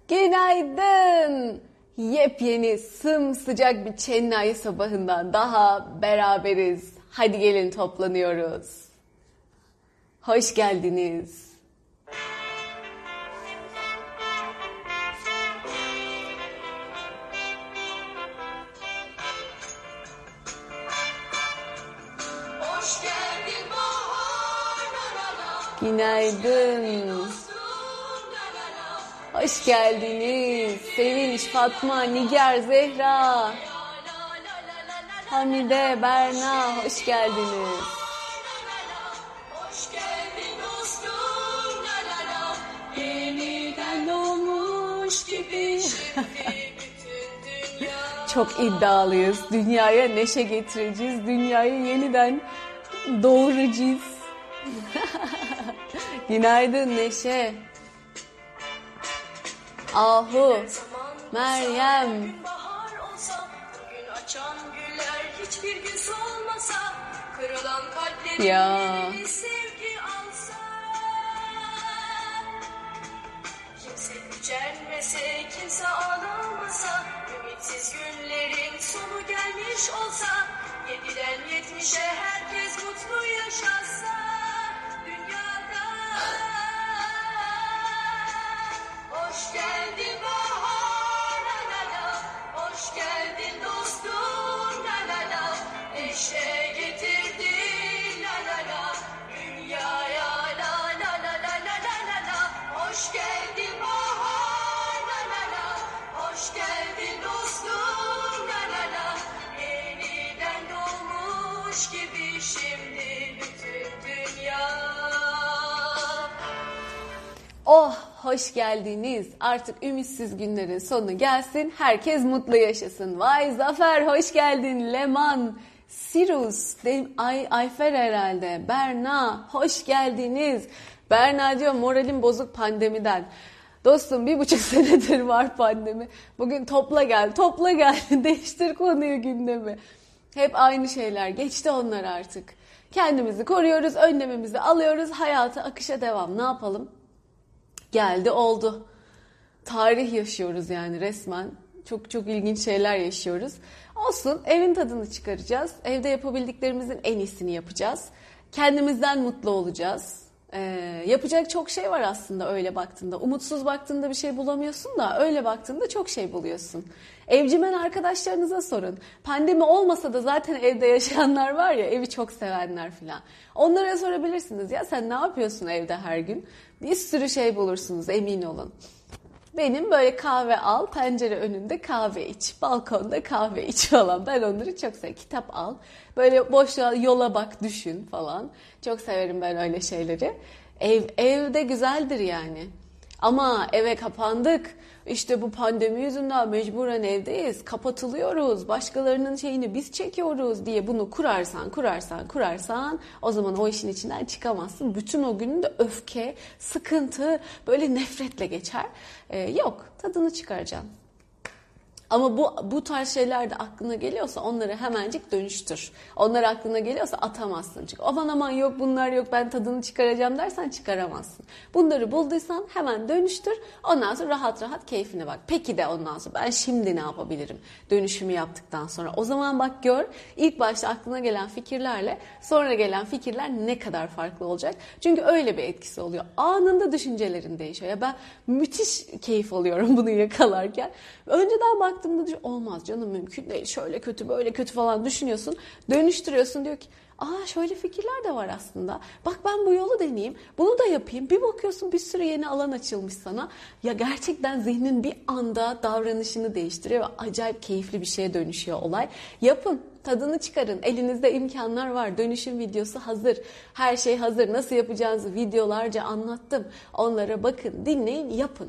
Günaydın. Yepyeni sımsıcak bir Chennai sabahından daha beraberiz. Hadi gelin toplanıyoruz. Hoş geldiniz. Hoş geldin bahar, Günaydın. Hoş geldiniz. Sevinç, Fatma, Nigar, Zehra, Hamide, Berna, hoş geldiniz. hoş geldin dostum, yeniden Doğmuş gibi. bütün dünya. Çok iddialıyız. Dünyaya neşe getireceğiz. Dünyayı yeniden doğuracağız. Günaydın Neşe. Ahu, Meryem. Gün bahar olsa, bugün açan güller hiçbir gün solmasa, kırılan kalplerin Ya. yerini sevgi alsa. Kimse gücenmese, kimse ağlamasa, ümitsiz günlerin sonu gelmiş olsa, 7'den 70'e herkes mutlu yaşasa dünyada. Hoş geldin bahar, hoş geldin dostum, neşe getirdin, dünyaya, hoş geldin bahar, hoş geldin dostum, yeniden doğmuş gibi şimdi bütün dünya. Oh, hoş geldiniz. Artık ümitsiz günlerin sonu gelsin. Herkes mutlu yaşasın. Vay Zafer, hoş geldin. Leman, Sirus, Ayfer herhalde. Berna, hoş geldiniz. Berna diyor moralim bozuk pandemiden. Dostum 1,5 senedir var pandemi. Bugün topla gel, topla gel. Değiştir konuyu, gündemi. Hep aynı şeyler. Geçti onlar artık. Kendimizi koruyoruz, önlemimizi alıyoruz. Hayata akışa devam. Ne yapalım? Geldi oldu. Tarih yaşıyoruz yani resmen. Çok çok ilginç şeyler yaşıyoruz. Olsun, evin tadını çıkaracağız. Evde yapabildiklerimizin en iyisini yapacağız. Kendimizden mutlu olacağız. Yapacak çok şey var aslında öyle baktığında. Umutsuz baktığında bir şey bulamıyorsun da öyle baktığında çok şey buluyorsun. Evcimen arkadaşlarınıza sorun. Pandemi olmasa da zaten evde yaşayanlar var ya, evi çok sevenler falan. Onlara sorabilirsiniz. Ya sen ne yapıyorsun evde her gün? Bir sürü şey bulursunuz, emin olun. Benim böyle kahve al, pencere önünde kahve iç, balkonda kahve iç falan. Ben onları çok severim. Kitap al, böyle boş yola bak, düşün falan. Çok severim ben öyle şeyleri. Evde güzeldir yani. Ama eve kapandık. İşte bu pandemi yüzünden mecburen evdeyiz. Kapatılıyoruz. Başkalarının şeyini biz çekiyoruz diye bunu kurarsan o zaman o işin içinden çıkamazsın. Bütün o günün de öfke, sıkıntı, böyle nefretle geçer. Yok, tadını çıkaracaksın. Ama bu tarz şeyler de aklına geliyorsa onları hemencik dönüştür. Onlar aklına geliyorsa atamazsın. Çünkü aman yok bunlar yok ben tadını çıkaracağım dersen çıkaramazsın. Bunları bulduysan hemen dönüştür. Ondan sonra rahat rahat keyfine bak. Peki de ondan sonra ben şimdi ne yapabilirim? Dönüşümü yaptıktan sonra. O zaman bak gör, ilk başta aklına gelen fikirlerle sonra gelen fikirler ne kadar farklı olacak. Çünkü öyle bir etkisi oluyor. Anında düşüncelerin değişiyor. Ya ben müthiş keyif alıyorum bunu yakalarken. Önceden baktığımda olmaz canım, mümkün değil, şöyle kötü böyle kötü falan düşünüyorsun, dönüştürüyorsun, diyor ki şöyle fikirler de var aslında, bak ben bu yolu deneyeyim, bunu da yapayım, bir bakıyorsun bir sürü yeni alan açılmış sana. Ya gerçekten zihnin bir anda davranışını değiştiriyor ve acayip keyifli bir şeye dönüşüyor olay. Yapın, tadını çıkarın, elinizde imkanlar var, dönüşüm videosu hazır, her şey hazır, nasıl yapacağınızı videolarca anlattım, onlara bakın, dinleyin, yapın.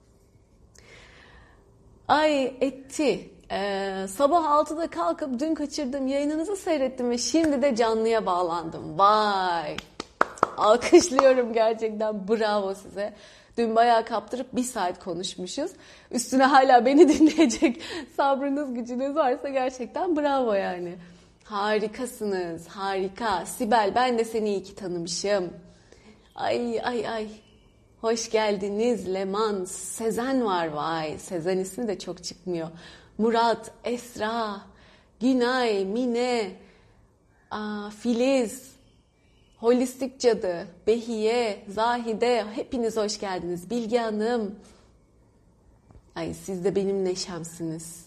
Ay etti. Sabah 6'da kalkıp dün kaçırdığım yayınınızı seyrettim ve şimdi de canlıya bağlandım. Vay! Alkışlıyorum gerçekten. Bravo size. Dün bayağı kaptırıp 1 saat konuşmuşuz. Üstüne hala beni dinleyecek sabrınız, gücünüz varsa gerçekten bravo yani. Harikasınız. Harika. Sibel, ben de seni iyi ki tanımışım. Ay. Hoş geldiniz Leman. Sezen var, vay. Sezen ismi de çok çıkmıyor. Murat, Esra, Günay, Mine, Filiz, Holistik Cadı, Behiye, Zahide, hepiniz hoş geldiniz. Bilge Hanım. Ay siz de benim neşemsiniz.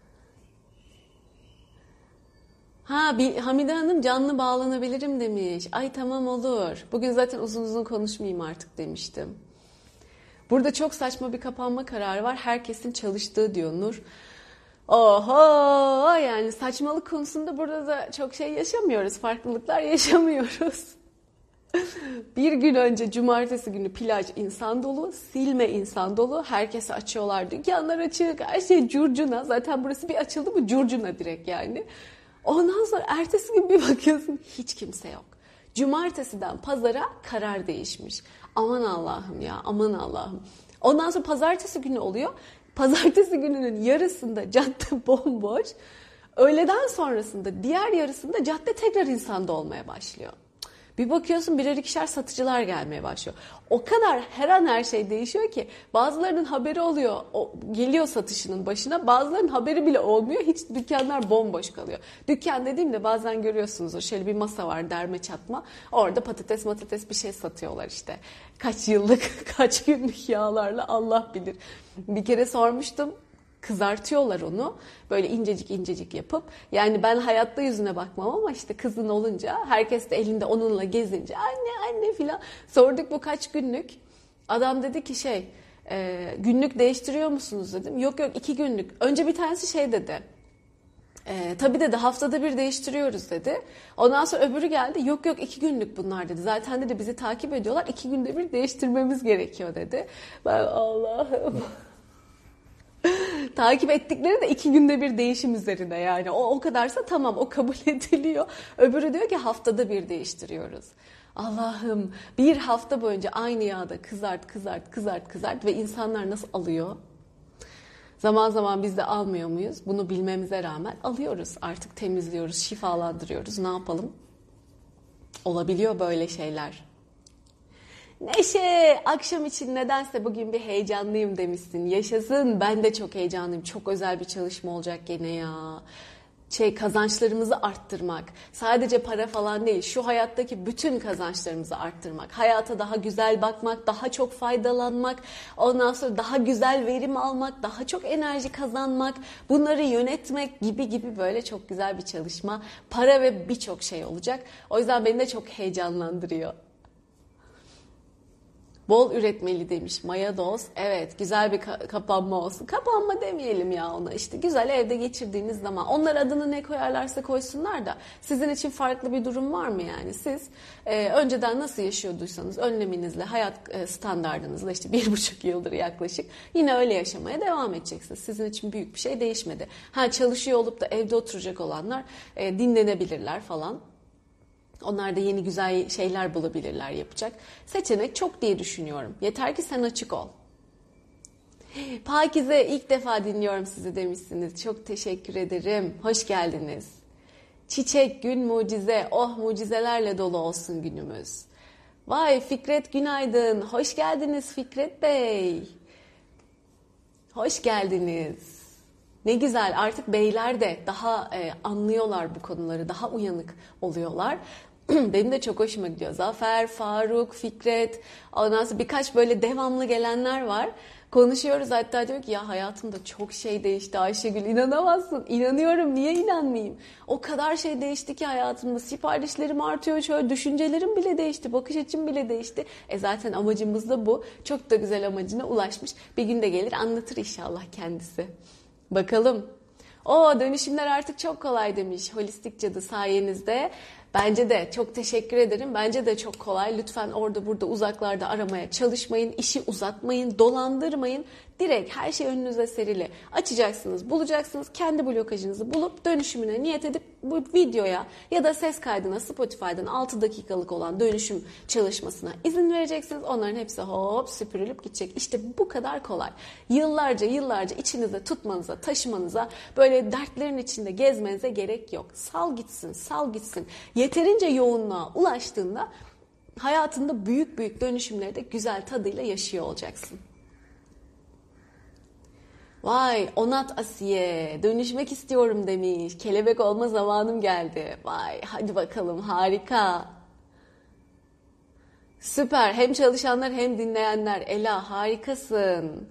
Hamide Hanım canlı bağlanabilirim demiş. Ay tamam olur. Bugün zaten uzun uzun konuşmayayım artık demiştim. Burada çok saçma bir kapanma kararı var. Herkesin çalıştığı diyor Nur. Oho, yani saçmalık konusunda burada da çok şey yaşamıyoruz. Farklılıklar yaşamıyoruz. Bir gün önce cumartesi günü plaj insan dolu, Silme insan dolu. Herkese açıyorlar, dükkanlar açık, her şey curcuna. Zaten burası bir açıldı mı curcuna direkt yani. Ondan sonra ertesi gün bir bakıyorsun hiç kimse yok. Cumartesiden pazara karar değişmiş. Aman Allah'ım ya, aman Allah'ım. Ondan sonra pazartesi günü oluyor. Pazartesi gününün yarısında cadde bomboş. Öğleden sonrasında diğer yarısında cadde tekrar insanda olmaya başlıyor. Bir bakıyorsun birer ikişer satıcılar gelmeye başlıyor. O kadar her an her şey değişiyor ki bazılarının haberi oluyor, geliyor satışının başına, bazılarının haberi bile olmuyor. Hiç dükkanlar bomboş kalıyor. Dükkan dediğimde bazen görüyorsunuz şöyle bir masa var derme çatma. Orada patates bir şey satıyorlar işte. Kaç yıllık, kaç günlük yağlarla Allah bilir. Bir kere sormuştum. Kızartıyorlar onu böyle incecik yapıp, yani ben hayatta yüzüne bakmam ama işte kızın olunca herkes de elinde onunla gezince anne filan sorduk bu kaç günlük, adam dedi ki günlük değiştiriyor musunuz dedim, yok 2 günlük. Önce bir tanesi dedi, tabii dedi haftada bir değiştiriyoruz dedi. Ondan sonra öbürü geldi, yok 2 günlük bunlar dedi, zaten dedi bizi takip ediyorlar, 2 günde bir değiştirmemiz gerekiyor dedi. Ben Allah'ım. Takip ettikleri de 2 günde bir değişim üzerine yani. O kadarsa tamam, o kabul ediliyor. Öbürü diyor ki haftada bir değiştiriyoruz. Allah'ım, bir hafta boyunca aynı yağda kızart ve insanlar nasıl alıyor? Zaman zaman biz de almıyor muyuz? Bunu bilmemize rağmen alıyoruz. Artık temizliyoruz, şifalandırıyoruz. Ne yapalım? Olabiliyor böyle şeyler. Neşe, akşam için nedense bugün bir heyecanlıyım demişsin. Yaşasın, ben de çok heyecanlıyım. Çok özel bir çalışma olacak gene ya. Kazançlarımızı arttırmak. Sadece para falan değil, şu hayattaki bütün kazançlarımızı arttırmak. Hayata daha güzel bakmak, daha çok faydalanmak, ondan sonra daha güzel verim almak, daha çok enerji kazanmak, bunları yönetmek gibi böyle çok güzel bir çalışma. Para ve birçok şey olacak. O yüzden beni de çok heyecanlandırıyor. Bol üretmeli demiş Maya Dost. Evet, güzel bir kapanma olsun. Kapanma demeyelim ya ona. İşte güzel evde geçirdiğiniz zaman. Onlar adını ne koyarlarsa koysunlar da sizin için farklı bir durum var mı yani? Siz önceden nasıl yaşıyorduysanız önleminizle, hayat standardınızla işte 1,5 yıldır yaklaşık yine öyle yaşamaya devam edeceksiniz. Sizin için büyük bir şey değişmedi. Çalışıyor olup da evde oturacak olanlar dinlenebilirler falan. Onlar da yeni güzel şeyler bulabilirler yapacak. Seçenek çok diye düşünüyorum. Yeter ki sen açık ol. Pakize, ilk defa dinliyorum sizi demişsiniz. Çok teşekkür ederim. Hoş geldiniz. Çiçek, gün mucize. Oh, mucizelerle dolu olsun günümüz. Vay Fikret, günaydın. Hoş geldiniz Fikret Bey. Hoş geldiniz. Ne güzel, artık beyler de daha anlıyorlar bu konuları, daha uyanık oluyorlar. Benim de çok hoşuma gidiyor. Zafer, Faruk, Fikret, ondan sonra birkaç böyle devamlı gelenler var. Konuşuyoruz, hatta diyor ki ya hayatımda çok şey değişti Ayşegül, inanamazsın. İnanıyorum, niye inanmayayım? O kadar şey değişti ki hayatımda, siparişlerim artıyor, şöyle düşüncelerim bile değişti, bakış açım bile değişti. Zaten amacımız da bu. Çok da güzel amacına ulaşmış. Bir gün de gelir anlatır inşallah kendisi. Bakalım. Dönüşümler artık çok kolay demiş Holistik Cadı sayenizde. Bence de çok teşekkür ederim. Bence de çok kolay. Lütfen orada burada uzaklarda aramaya çalışmayın. İşi uzatmayın, dolandırmayın. Direkt her şey önünüze serili. Açacaksınız, bulacaksınız. Kendi blokajınızı bulup dönüşümüne niyet edip bu videoya ya da ses kaydına Spotify'dan 6 dakikalık olan dönüşüm çalışmasına izin vereceksiniz. Onların hepsi hop süpürülüp gidecek. İşte bu kadar kolay. Yıllarca içinizde tutmanıza, taşımanıza, böyle dertlerin içinde gezmenize gerek yok. Sal gitsin. Yeterince yoğunluğa ulaştığında hayatında büyük büyük dönüşümleri de güzel tadıyla yaşıyor olacaksın. Vay, Onat Asiye, dönüşmek istiyorum demiş. Kelebek olma zamanım geldi. Vay, hadi bakalım, harika. Süper, hem çalışanlar hem dinleyenler. Ela, harikasın.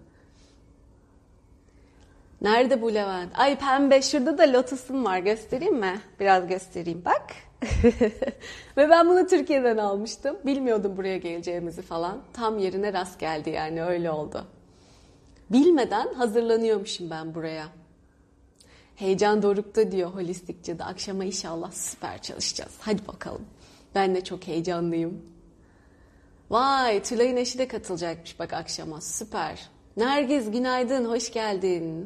Nerede bu Levent? Ay pembe, şurada da lotusum var, göstereyim mi? Biraz göstereyim, bak. Ve ben bunu Türkiye'den almıştım. Bilmiyordum buraya geleceğimizi falan. Tam yerine rast geldi, yani öyle oldu. Bilmeden hazırlanıyormuşum ben buraya. Heyecan dorukta diyor holistikçi de. Akşama inşallah süper çalışacağız. Hadi bakalım. Ben de çok heyecanlıyım. Vay, Tülay'ın eşi de katılacakmış bak akşama. Süper. Nergiz, günaydın, hoş geldin.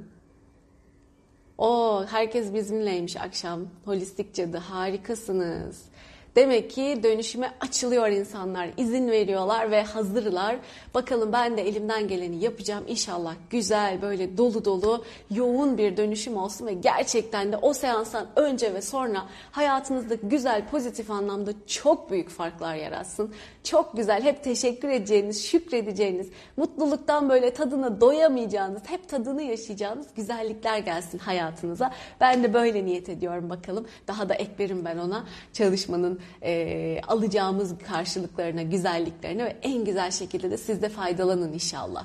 Herkes bizimleymiş akşam. Holistik Cadı, harikasınız. Demek ki dönüşüme açılıyor insanlar, izin veriyorlar ve hazırlar. Bakalım, ben de elimden geleni yapacağım. İnşallah güzel, böyle dolu dolu, yoğun bir dönüşüm olsun ve gerçekten de o seanstan önce ve sonra hayatınızda güzel, pozitif anlamda çok büyük farklar yaratsın. Çok güzel, hep teşekkür edeceğiniz, şükredeceğiniz, mutluluktan böyle tadına doyamayacağınız, hep tadını yaşayacağınız güzellikler gelsin hayatınıza. Ben de böyle niyet ediyorum bakalım. Daha da eklerim ben ona çalışmanın alacağımız karşılıklarına, güzelliklerine ve en güzel şekilde de siz de faydalanın inşallah.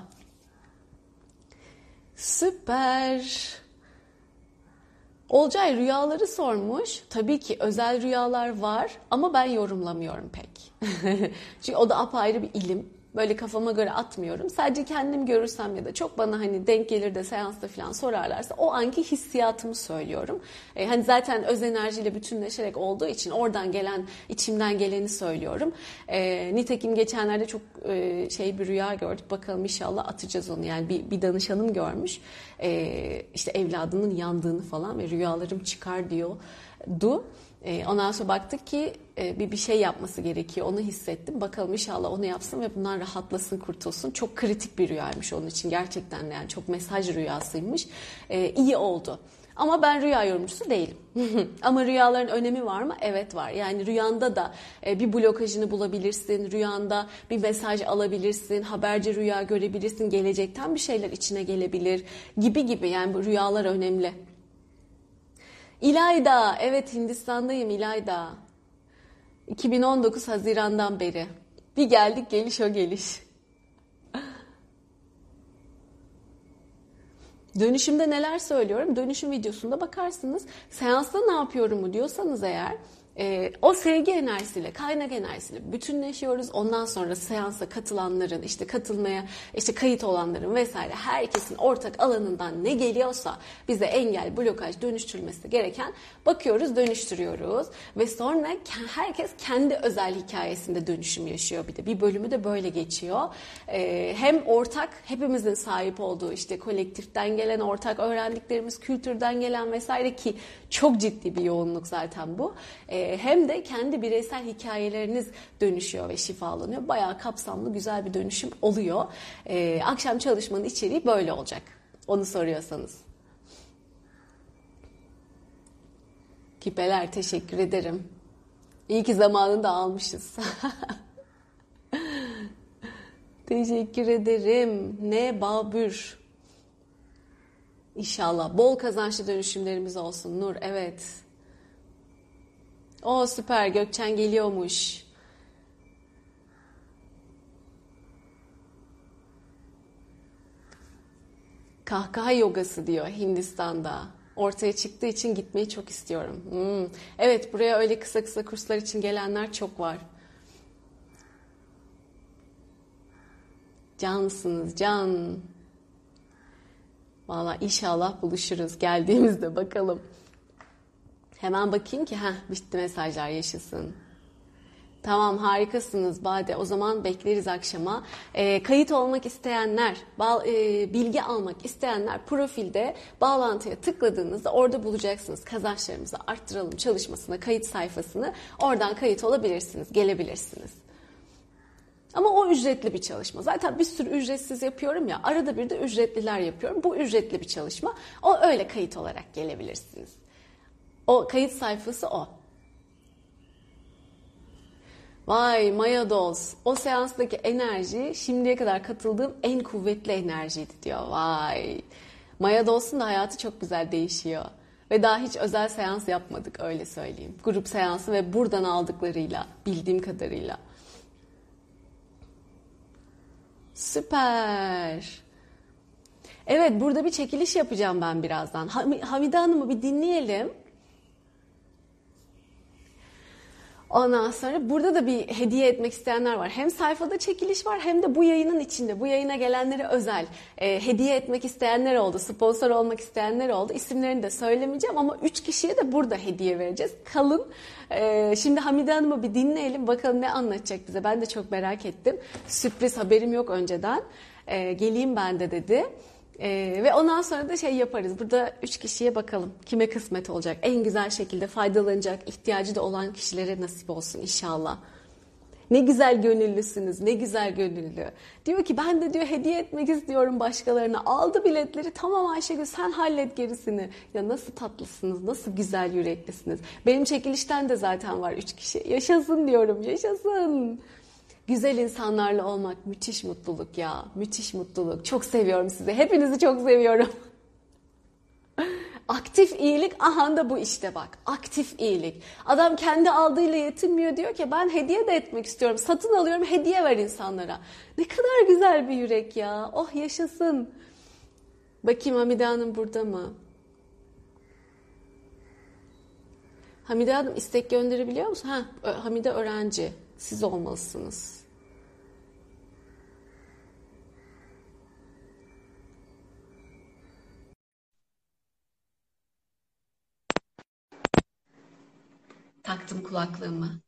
Süper. Olcay rüyaları sormuş. Tabii ki özel rüyalar var ama ben yorumlamıyorum pek. Çünkü o da apayrı bir ilim. Böyle kafama göre atmıyorum. Sadece kendim görürsem ya da çok bana hani denk gelir de seansta falan sorarlarsa o anki hissiyatımı söylüyorum. Hani zaten öz enerjiyle bütünleşerek olduğu için oradan gelen, içimden geleni söylüyorum. Nitekim geçenlerde çok bir rüya gördük. Bakalım inşallah atacağız onu. Yani bir danışanım görmüş. İşte evladının yandığını falan ve rüyalarım çıkar diyordu. Ondan sonra baktık ki bir şey yapması gerekiyor. Onu hissettim. Bakalım inşallah onu yapsın ve bundan rahatlasın, kurtulsun. Çok kritik bir rüyaymış onun için. Gerçekten yani çok mesaj rüyasıymış. İyi oldu. Ama ben rüya yorumcusu değilim. Ama rüyaların önemi var mı? Evet var. Yani rüyanda da bir blokajını bulabilirsin. Rüyanda bir mesaj alabilirsin. Haberci rüya görebilirsin. Gelecekten bir şeyler içine gelebilir. Gibi. Yani bu rüyalar önemli. İlayda, evet Hindistan'dayım İlayda. 2019 Haziran'dan beri. Bir geldik geliş o geliş. Dönüşümde neler söylüyorum? Dönüşüm videosunda bakarsınız. Seansta ne yapıyorum mu diyorsanız eğer o sevgi enerjisiyle, kaynak enerjisiyle bütünleşiyoruz. Ondan sonra seansa katılanların, işte katılmaya, işte kayıt olanların vesaire herkesin ortak alanından ne geliyorsa bize engel, blokaj, dönüştürülmesi gereken bakıyoruz, dönüştürüyoruz. Ve sonra herkes kendi özel hikayesinde dönüşüm yaşıyor bir de. Bir bölümü de böyle geçiyor. Hem ortak, hepimizin sahip olduğu işte kolektiften gelen ortak öğrendiklerimiz, kültürden gelen vesaire ki çok ciddi bir yoğunluk zaten bu. Hem de kendi bireysel hikayeleriniz dönüşüyor ve şifalanıyor. Bayağı kapsamlı güzel bir dönüşüm oluyor. Akşam çalışmanın içeriği böyle olacak. Onu soruyorsanız. Kipeler teşekkür ederim. İyi ki zamanında almışız. Teşekkür ederim. Ne Babür. İnşallah bol kazançlı dönüşümlerimiz olsun Nur. Evet. Süper, Gökçen geliyormuş. Kahkaha yogası diyor Hindistan'da. Ortaya çıktığı için gitmeyi çok istiyorum. Evet, buraya öyle kısa kısa kurslar için gelenler çok var. Cansınız, can. Vallahi inşallah buluşuruz geldiğimizde bakalım. Hemen bakayım ki bitti mesajlar yaşasın. Tamam, harikasınız Bade. O zaman bekleriz akşama. Kayıt olmak isteyenler, bilgi almak isteyenler profilde bağlantıya tıkladığınızda orada bulacaksınız. Kazançlarımızı arttıralım çalışmasına kayıt sayfasını. Oradan kayıt olabilirsiniz, gelebilirsiniz. Ama o ücretli bir çalışma. Zaten bir sürü ücretsiz yapıyorum ya. Arada bir de ücretliler yapıyorum. Bu ücretli bir çalışma. O öyle kayıt olarak gelebilirsiniz. O kayıt sayfası o. Vay Maya Dolls. O seanstaki enerji şimdiye kadar katıldığım en kuvvetli enerjiydi diyor. Vay. Maya Dolls'un da hayatı çok güzel değişiyor. Ve daha hiç özel seans yapmadık öyle söyleyeyim. Grup seansı ve buradan aldıklarıyla bildiğim kadarıyla. Süper. Evet burada bir çekiliş yapacağım ben birazdan. Hamide Hanım'ı bir dinleyelim. Ondan sonra burada da bir hediye etmek isteyenler var. Hem sayfada çekiliş var hem de bu yayının içinde. Bu yayına gelenlere özel hediye etmek isteyenler oldu. Sponsor olmak isteyenler oldu. İsimlerini de söylemeyeceğim ama 3 kişiye de burada hediye vereceğiz. Kalın. Şimdi Hamide Hanım'ı bir dinleyelim. Bakalım ne anlatacak bize. Ben de çok merak ettim. Sürpriz haberim yok önceden. Geleyim ben de dedi. Ve ondan sonra da şey yaparız. Burada 3 kişiye bakalım kime kısmet olacak. En güzel şekilde faydalanacak, ihtiyacı da olan kişilere nasip olsun inşallah. Ne güzel gönüllüsünüz, ne güzel gönüllü. Diyor ki ben de diyor hediye etmek istiyorum başkalarına. Aldı biletleri, tamam Ayşegül sen hallet gerisini. Ya nasıl tatlısınız, nasıl güzel yüreklisiniz. Benim çekilişten de zaten var 3 kişi. Yaşasın diyorum, yaşasın. Güzel insanlarla olmak müthiş mutluluk ya. Müthiş mutluluk. Çok seviyorum sizi. Hepinizi çok seviyorum. Aktif iyilik aha da bu işte bak. Aktif iyilik. Adam kendi aldığıyla yetinmiyor diyor ki ben hediye de etmek istiyorum. Satın alıyorum hediye ver insanlara. Ne kadar güzel bir yürek ya. Oh yaşasın. Bakayım Hamide Hanım burada mı? Hamide Hanım istek gönderebiliyor musun? Ha, Hamide öğrenci. Siz olmalısınız. Taktım kulaklığımı.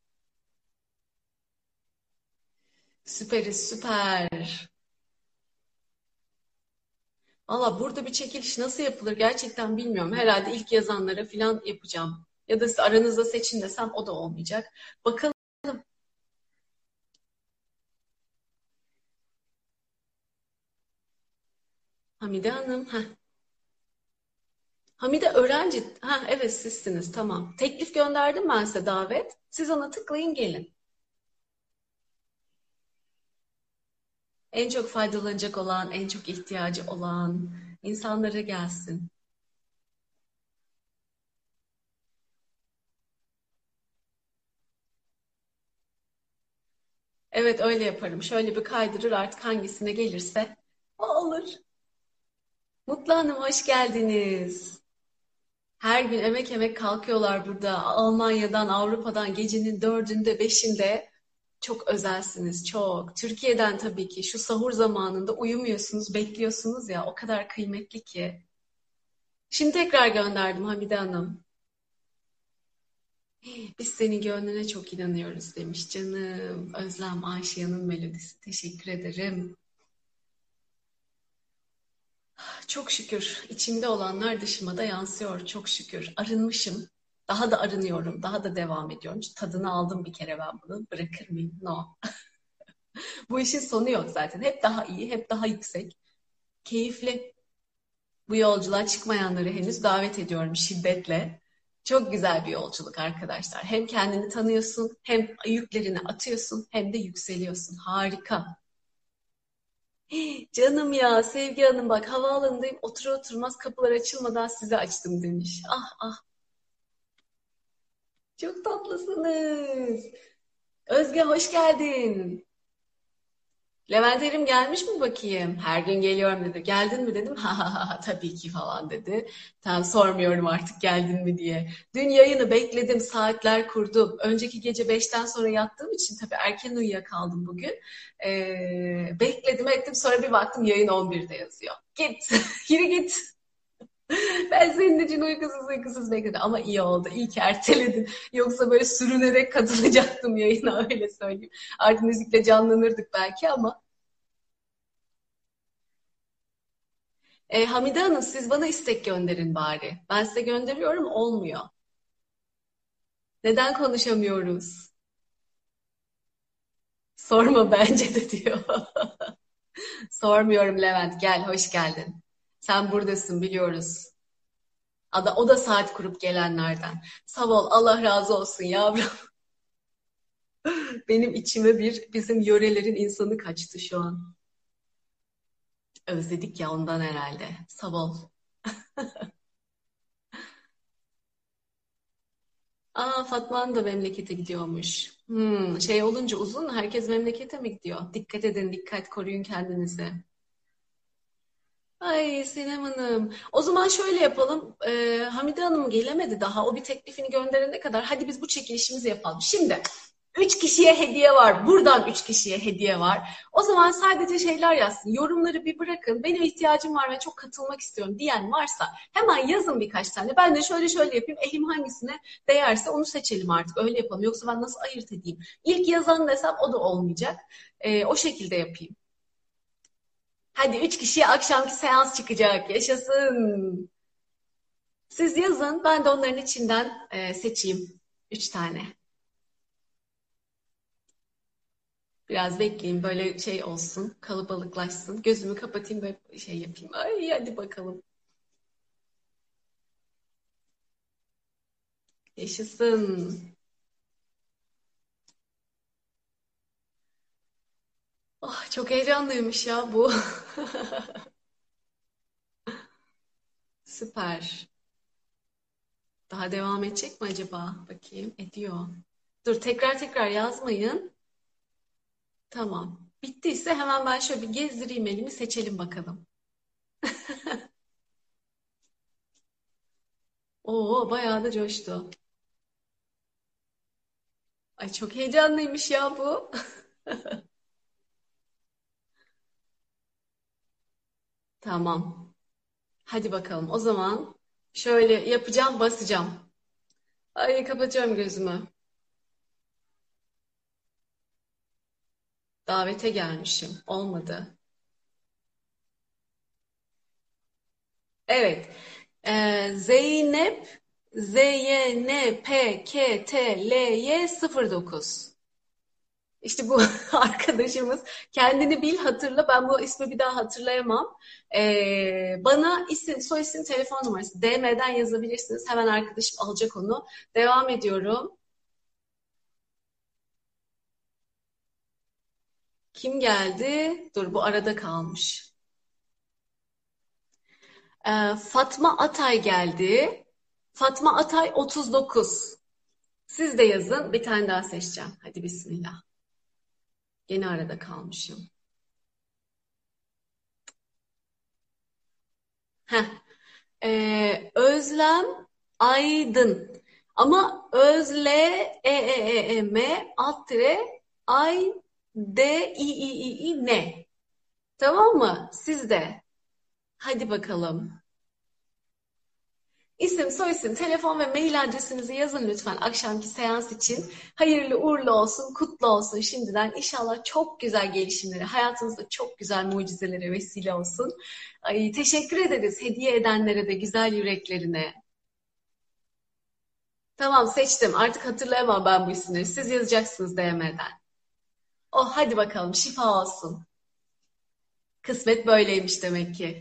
Süperiz süper. Valla burada bir çekiliş nasıl yapılır gerçekten bilmiyorum. Herhalde ilk yazanlara falan yapacağım. Ya da siz aranızda seçin desem o da olmayacak. Bakalım Hamide Hanım. Heh. Hamide öğrenci. Ha, evet sizsiniz tamam. Teklif gönderdim ben size davet. Siz ona tıklayın gelin. En çok faydalanacak olan, en çok ihtiyacı olan insanlara gelsin. Evet öyle yaparım. Şöyle bir kaydırır artık hangisine gelirse o olur. Mutlu Hanım hoş geldiniz. Her gün emek emek kalkıyorlar burada. Almanya'dan, Avrupa'dan gecenin dördünde, beşinde. Çok özelsiniz, çok. Türkiye'den tabii ki şu sahur zamanında uyumuyorsunuz, bekliyorsunuz ya. O kadar kıymetli ki. Şimdi tekrar gönderdim Hamide Hanım. Biz senin gönlüne çok inanıyoruz demiş canım. Özlem Ayşe'nin melodisi. Teşekkür ederim. Çok şükür içimde olanlar dışıma da yansıyor. Çok şükür. Arınmışım. Daha da arınıyorum. Daha da devam ediyorum. Tadını aldım bir kere ben bunu. Bırakır mıyım? No. Bu işin sonu yok zaten. Hep daha iyi, hep daha yüksek. Keyifli. Bu yolculuğa çıkmayanları henüz davet ediyorum şiddetle. Çok güzel bir yolculuk arkadaşlar. Hem kendini tanıyorsun, hem yüklerini atıyorsun, hem de yükseliyorsun. Harika. Canım ya, Sevgi Hanım bak havaalanındayım. Otur oturmaz kapılar açılmadan size açtım demiş. Ah ah, çok tatlısınız. Özge hoş geldin. Levent Erim gelmiş mi bakayım? Her gün geliyorum dedi. Geldin mi dedim. Ha ha ha tabii ki falan dedi. Tamam sormuyorum artık geldin mi diye. Dün yayını bekledim, saatler kurdum. Önceki gece 5'ten sonra yattığım için tabii erken uyuyakaldım bugün. Bekledim ettim sonra bir baktım yayın 11'de yazıyor. Git, yürü git. Ben senin için uykusuz uykusuz bekledim ama iyi oldu. İyi ki erteledin. Yoksa böyle sürünerek katılacaktım yayına öyle söyleyeyim. Artık müzikle canlanırdık belki ama. Hamide Hanım siz bana istek gönderin bari. Ben size gönderiyorum olmuyor. Neden konuşamıyoruz? Sorma bence de diyor. Sormuyorum Levent gel hoş geldin. Sen buradasın biliyoruz. O da saat kurup gelenlerden. Sağ ol Allah razı olsun yavrum. Benim içime bizim yörelerin insanı kaçtı şu an. Özledik ya ondan herhalde. Sağ ol. Aa, Fatma'nın da memlekete gidiyormuş. Şey olunca uzun herkes memlekete mi gidiyor? Dikkat edin, dikkat koruyun kendinizi. Ay Sinem Hanım. O zaman şöyle yapalım. Hamide Hanım gelemedi daha. O bir teklifini gönderene kadar hadi biz bu çekilişimizi yapalım. Şimdi 3 kişiye hediye var. Buradan 3 kişiye hediye var. O zaman sadece şeyler yazsın. Yorumları bir bırakın. Benim ihtiyacım var ve çok katılmak istiyorum diyen varsa hemen yazın birkaç tane. Ben de şöyle şöyle yapayım. Elim hangisine değerse onu seçelim artık. Öyle yapalım. Yoksa ben nasıl ayırt edeyim? İlk yazan desem o da olmayacak. O şekilde yapayım. Hadi 3 kişiye akşamki seans çıkacak. Yaşasın. Siz yazın. Ben de onların içinden seçeyim 3 tane. Biraz bekleyeyim böyle şey olsun. Kalabalıklaşsın. Gözümü kapatayım böyle şey yapayım. Ay hadi bakalım. Yaşasın. Oh, çok heyecanlıymış ya bu. Süper. Daha devam edecek mi acaba? Bakayım. Ediyor. Dur tekrar tekrar yazmayın. Tamam. Bittiyse hemen ben şöyle bir gezdireyim elimi seçelim bakalım. Oo bayağı da coştu. Ay çok heyecanlıymış ya bu. Tamam. Hadi bakalım. O zaman şöyle yapacağım, basacağım. Ay kapatacağım gözümü. Davete gelmişim. Olmadı. Evet. Zeynep ZYNPKTLY09. İşte bu arkadaşımız. Kendini bil hatırla. Ben bu ismi bir daha hatırlayamam. Bana isim, soy isim, telefon numarası DM'den yazabilirsiniz. Hemen arkadaşım alacak onu. Devam ediyorum. Kim geldi? Dur bu arada kalmış. Fatma Atay geldi. Fatma Atay 39. Siz de yazın. Bir tane daha seçeceğim. Hadi bismillah. Gene arada kalmışım. Heh. Özlem Aydın. Ama Özle M alt tire Ay D I ne? Tamam mı? Siz de. Hadi bakalım. İsim, soyisim, telefon ve mail adresinizi yazın lütfen akşamki seans için. Hayırlı uğurlu olsun, kutlu olsun şimdiden. İnşallah çok güzel gelişimlere, hayatınızda çok güzel mucizelere vesile olsun. Ay, teşekkür ederiz hediye edenlere de güzel yüreklerine. Tamam seçtim. Artık hatırlayamam ben bu isimleri. Siz yazacaksınız DM'den. Oh hadi bakalım şifa olsun. Kısmet böyleymiş demek ki.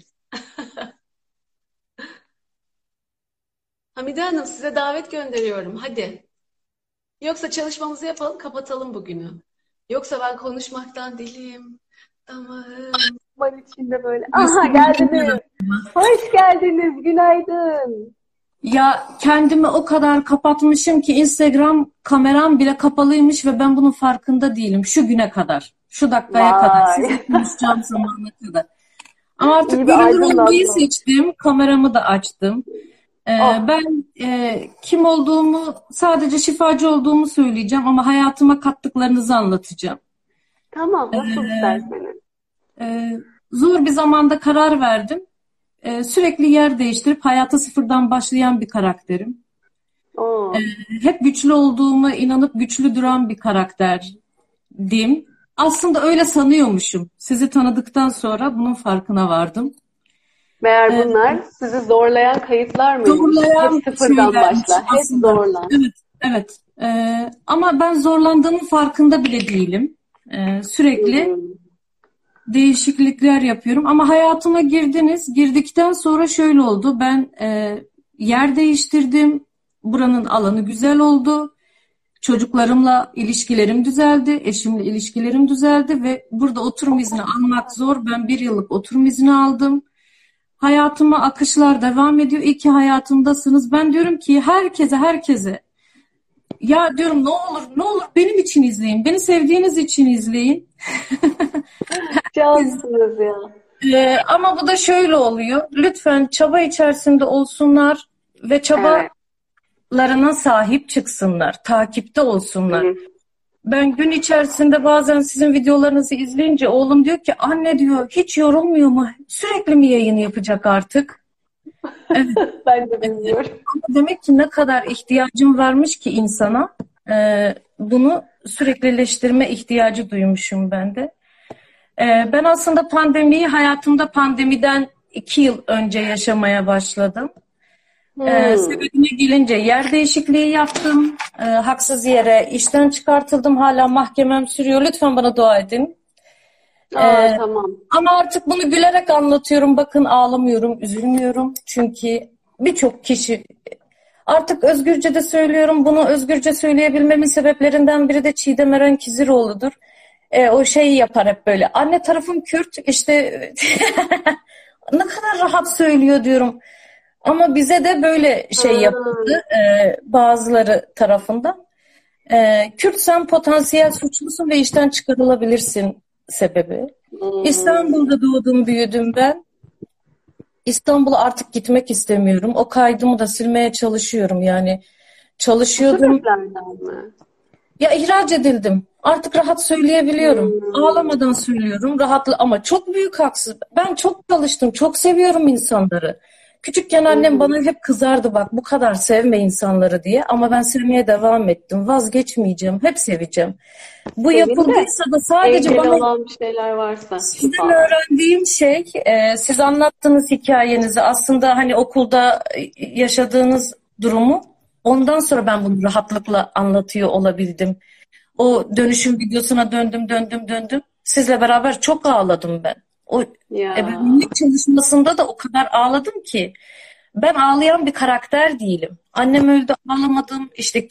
Hamide Hanım size davet gönderiyorum. Hadi. Yoksa çalışmamızı yapalım, kapatalım bugünü. Yoksa ben konuşmaktan dilim, damağım var içinde böyle. Aha geldiniz. Hoş geldiniz. Günaydın. Ya kendimi o kadar kapatmışım ki Instagram kameram bile kapalıymış ve ben bunun farkında değilim şu güne kadar. Şu dakikaya kadar. Vay. Sizinle konuşacağım zamana kadar. Ama artık İyi bir görünür olmayı aydınlatma. seçtim. Kameramı da açtım. Oh, Ben kim olduğumu, sadece şifacı olduğumu söyleyeceğim ama hayatıma kattıklarınızı anlatacağım. tamam. Nasıl isterseniz. Ee, Zor bir zamanda karar verdim. Sürekli yer değiştirip hayata sıfırdan başlayan bir karakterim. Oo, Hep güçlü olduğuma inanıp güçlü duran bir karakterdim. Aslında öyle sanıyormuşum. Sizi tanıdıktan sonra bunun farkına vardım. meğer Ee, bunlar sizi zorlayan kayıtlar mıymış? Hep Zorlayan sıfırdan şeylermiş başla. Hep aslında. zorlan. Evet, evet. Ama ben zorlandığımın farkında bile değilim. Sürekli Hmm. değişiklikler yapıyorum. Ama hayatıma girdiniz. Girdikten sonra şöyle oldu. Ben yer değiştirdim. Buranın alanı güzel oldu. Çocuklarımla ilişkilerim düzeldi, eşimle ilişkilerim düzeldi ve burada oturum izni almak zor. Ben 1 yıllık oturum izni aldım. Hayatıma akışlar devam ediyor. İyi ki hayatımdasınız. Ben diyorum ki herkese ya diyorum ne olur benim için izleyin. Beni sevdiğiniz için izleyin. Cansınız ya. Ama bu da şöyle oluyor. Lütfen çaba içerisinde olsunlar ve Evet. çabalarına sahip çıksınlar. Takipte olsunlar. Hı. Ben gün içerisinde bazen sizin videolarınızı izleyince oğlum diyor ki anne diyor hiç yorulmuyor mu? Sürekli mi yayın yapacak artık? Evet. Ben de bilmiyorum. Demek ki ne kadar ihtiyacım varmış ki insana. Bunu süreklileştirme ihtiyacı duymuşum ben de. Ben aslında hayatımda pandemiden 2 yıl önce yaşamaya başladım. Sebebine gelince yer değişikliği yaptım. Haksız yere işten çıkartıldım. Hala mahkemem sürüyor. Lütfen bana dua edin. Tamam. Ama artık bunu gülerek anlatıyorum. Bakın ağlamıyorum, üzülmüyorum. Çünkü birçok kişi artık özgürce de söylüyorum. Bunu özgürce söyleyebilmemin sebeplerinden biri de Çiğdem Eren Kiziroğlu'dur. O şeyi yapar hep böyle. Anne tarafım Kürt işte ne kadar rahat söylüyor diyorum. Ama bize de böyle şey yapıldı bazıları tarafından. Kürtsen potansiyel suçlusun ve işten çıkarılabilirsin sebebi. İstanbul'da doğdum, büyüdüm ben. İstanbul'a artık gitmek istemiyorum. O kaydımı da silmeye çalışıyorum yani. Bu Çalışıyordum. sebeplerden mi? Ya ihraç edildim. Artık rahat söyleyebiliyorum. Ağlamadan söylüyorum. Rahatla ama çok büyük haksız. Ben çok çalıştım. Çok seviyorum insanları. Küçükken annem bana hep kızardı bak bu kadar sevme insanları diye. Ama ben sevmeye devam ettim. Vazgeçmeyeceğim. Hep seveceğim. Bu Sevin de yapıldıysa da sadece engel bana olan bir şeyler varsa. sizden öğrendiğim şey, siz anlattığınız hikayenizi aslında hani okulda yaşadığınız durumu ondan sonra ben bunu rahatlıkla anlatıyor olabildim. O dönüşüm videosuna döndüm. Sizle beraber çok ağladım ben. O Ya. ebeveynlik çalışmasında da o kadar ağladım ki. Ben ağlayan bir karakter değilim. Annem öldü ağlamadım. İşte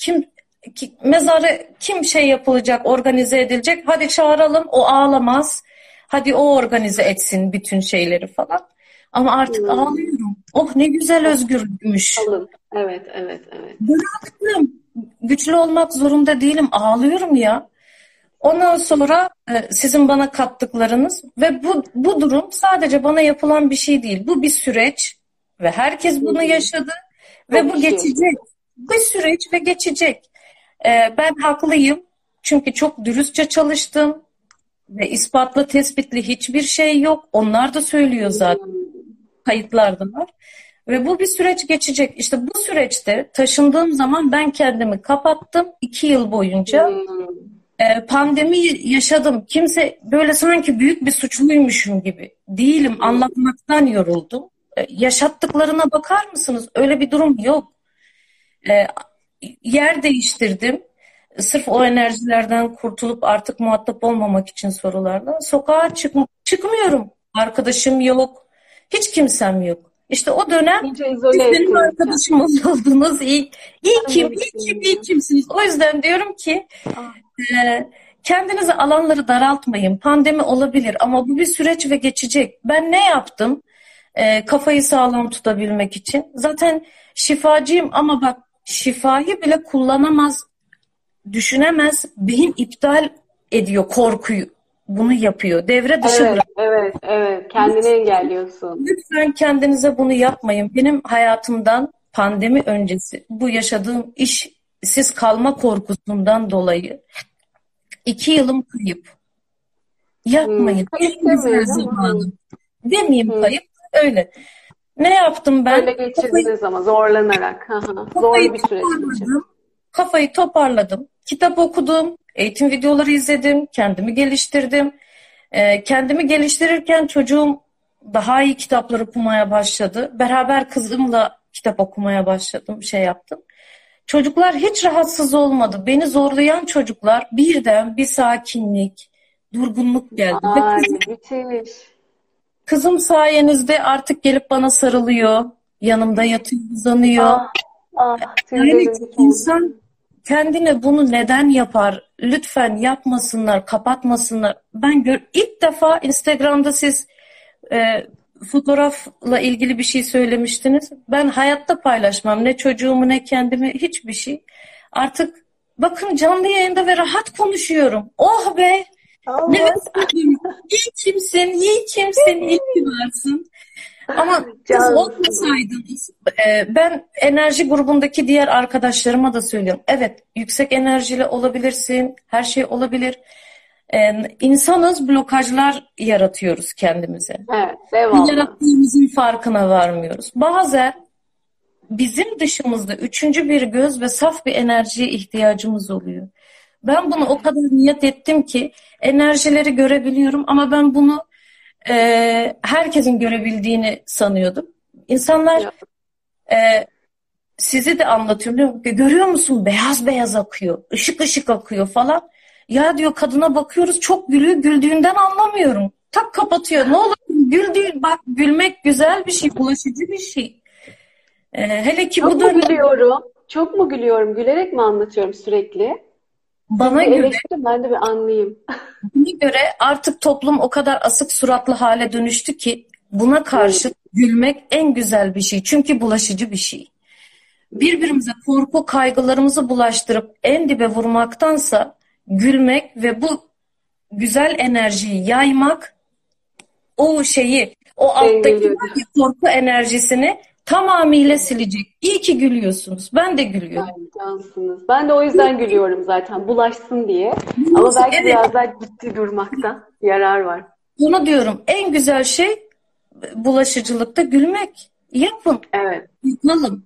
mezarı kim şey yapılacak, organize edilecek. Hadi çağıralım o ağlamaz. Hadi o organize etsin bütün şeyleri falan. Ama artık ağlıyorum. Oh ne güzel özgürlükmüş. Alın. Evet. Bıraktım. Güçlü olmak zorunda değilim. Ağlıyorum ya. Ondan sonra sizin bana kattıklarınız ve bu durum sadece bana yapılan bir şey değil. Bu bir süreç ve herkes bunu yaşadı ve bu geçecek. Bir süreç ve geçecek. Ben haklıyım çünkü çok dürüstçe çalıştım ve ispatlı tespitli hiçbir şey yok. Onlar da söylüyor zaten. Kayıtlarda var. Ve bu bir süreç geçecek. İşte bu süreçte taşındığım zaman ben kendimi kapattım 2 yıl boyunca. Pandemi yaşadım. Kimse böyle sanki büyük bir suçluymuşum gibi. Değilim. Anlatmaktan yoruldum. Yaşattıklarına bakar mısınız? Öyle bir durum yok. Yer değiştirdim. Sırf o enerjilerden kurtulup artık muhatap olmamak için sorularla. Sokağa çıkmıyorum. Arkadaşım yok. Hiç kimsem yok. İşte o dönem İyice siz izole benim ettim. arkadaşım oldunuz. İyi kimsiniz. O yüzden diyorum ki kendinize alanları daraltmayın. Pandemi olabilir ama bu bir süreç ve geçecek. Ben ne yaptım? Kafayı sağlam tutabilmek için. Zaten şifacıyım ama bak şifayı bile kullanamaz, düşünemez. Beyin iptal ediyor korkuyu. Bunu yapıyor. Devre dışı bırakıyor. Evet. Kendini engelliyorsun. Lütfen kendinize bunu yapmayın. Benim hayatımdan pandemi öncesi bu yaşadığım işsiz kalma korkusundan dolayı 2 yılım kayıp. Yapmayın. Kayıp En güzel demeyelim ama. zamanı. Demeyeyim kayıp. Öyle. Ne yaptım ben? Böyle geçirdiniz ama zorlanarak. Zorlu bir süreç geçirdiniz. Kafayı toparladım. Kitap okudum. Eğitim videoları izledim. Kendimi geliştirdim. Kendimi geliştirirken çocuğum daha iyi kitaplar okumaya başladı. Beraber kızımla kitap okumaya başladım. Şey yaptım. Çocuklar hiç rahatsız olmadı. Beni zorlayan çocuklar birden bir sakinlik, durgunluk geldi. Ay müthiş. Kızım sayenizde artık gelip bana sarılıyor. Yanımda yatıyor, uzanıyor. Ah Yani tüylerim diken. kendine bunu neden yapar? Lütfen yapmasınlar, kapatmasınlar. İlk defa Instagram'da siz fotoğrafla ilgili bir şey söylemiştiniz. Ben hayatta paylaşmam. Ne çocuğumu ne kendimi, hiçbir şey. Artık bakın canlı yayında ve rahat konuşuyorum. Oh be! Ne Allah. mesajım. İyi kimsin, iyi kimsin, iyi ki varsın. Ama siz Cansın. olmasaydınız, ben enerji grubundaki diğer arkadaşlarıma da söylüyorum. Evet, yüksek enerjili olabilirsin, her şey olabilir. İnsanız, blokajlar yaratıyoruz kendimize. Evet, devamlı. Yarattığımızın farkına varmıyoruz. Bazen bizim dışımızda üçüncü bir göz ve saf bir enerjiye ihtiyacımız oluyor. Ben bunu o kadar niyet ettim ki enerjileri görebiliyorum ama ben bunu herkesin görebildiğini sanıyordum. İnsanlar sizi de anlatıyorum. Görüyor musun? Beyaz beyaz akıyor. Işık ışık akıyor falan. Ya diyor kadına bakıyoruz çok gülüyor. Güldüğünden anlamıyorum. Tak kapatıyor. Ne olur güldüğün bak gülmek güzel bir şey. Bulaşıcı bir şey. Hele ki Çok bu mu dönem gülüyorum? Çok mu gülüyorum? Gülerek mi anlatıyorum sürekli? bana Bir göre eleştirin, ben de bir anlayayım. artık toplum o kadar asık suratlı hale dönüştü ki buna karşı gülmek en güzel bir şey. Çünkü bulaşıcı bir şey. Birbirimize korku, kaygılarımızı bulaştırıp en dibe vurmaktansa gülmek ve bu güzel enerjiyi yaymak o alttaki Dengeliyor. korku enerjisini tamamıyla silecek. İyi ki gülüyorsunuz. Ben de gülüyorum. Ay, cansınız. Ben de o yüzden gülüyorum zaten. Bulaşsın diye. Ama belki Evet, biraz daha ciddi durmakta yarar var. bunu diyorum. En güzel şey bulaşıcılıkta gülmek. Yapın, Evet. yapalım.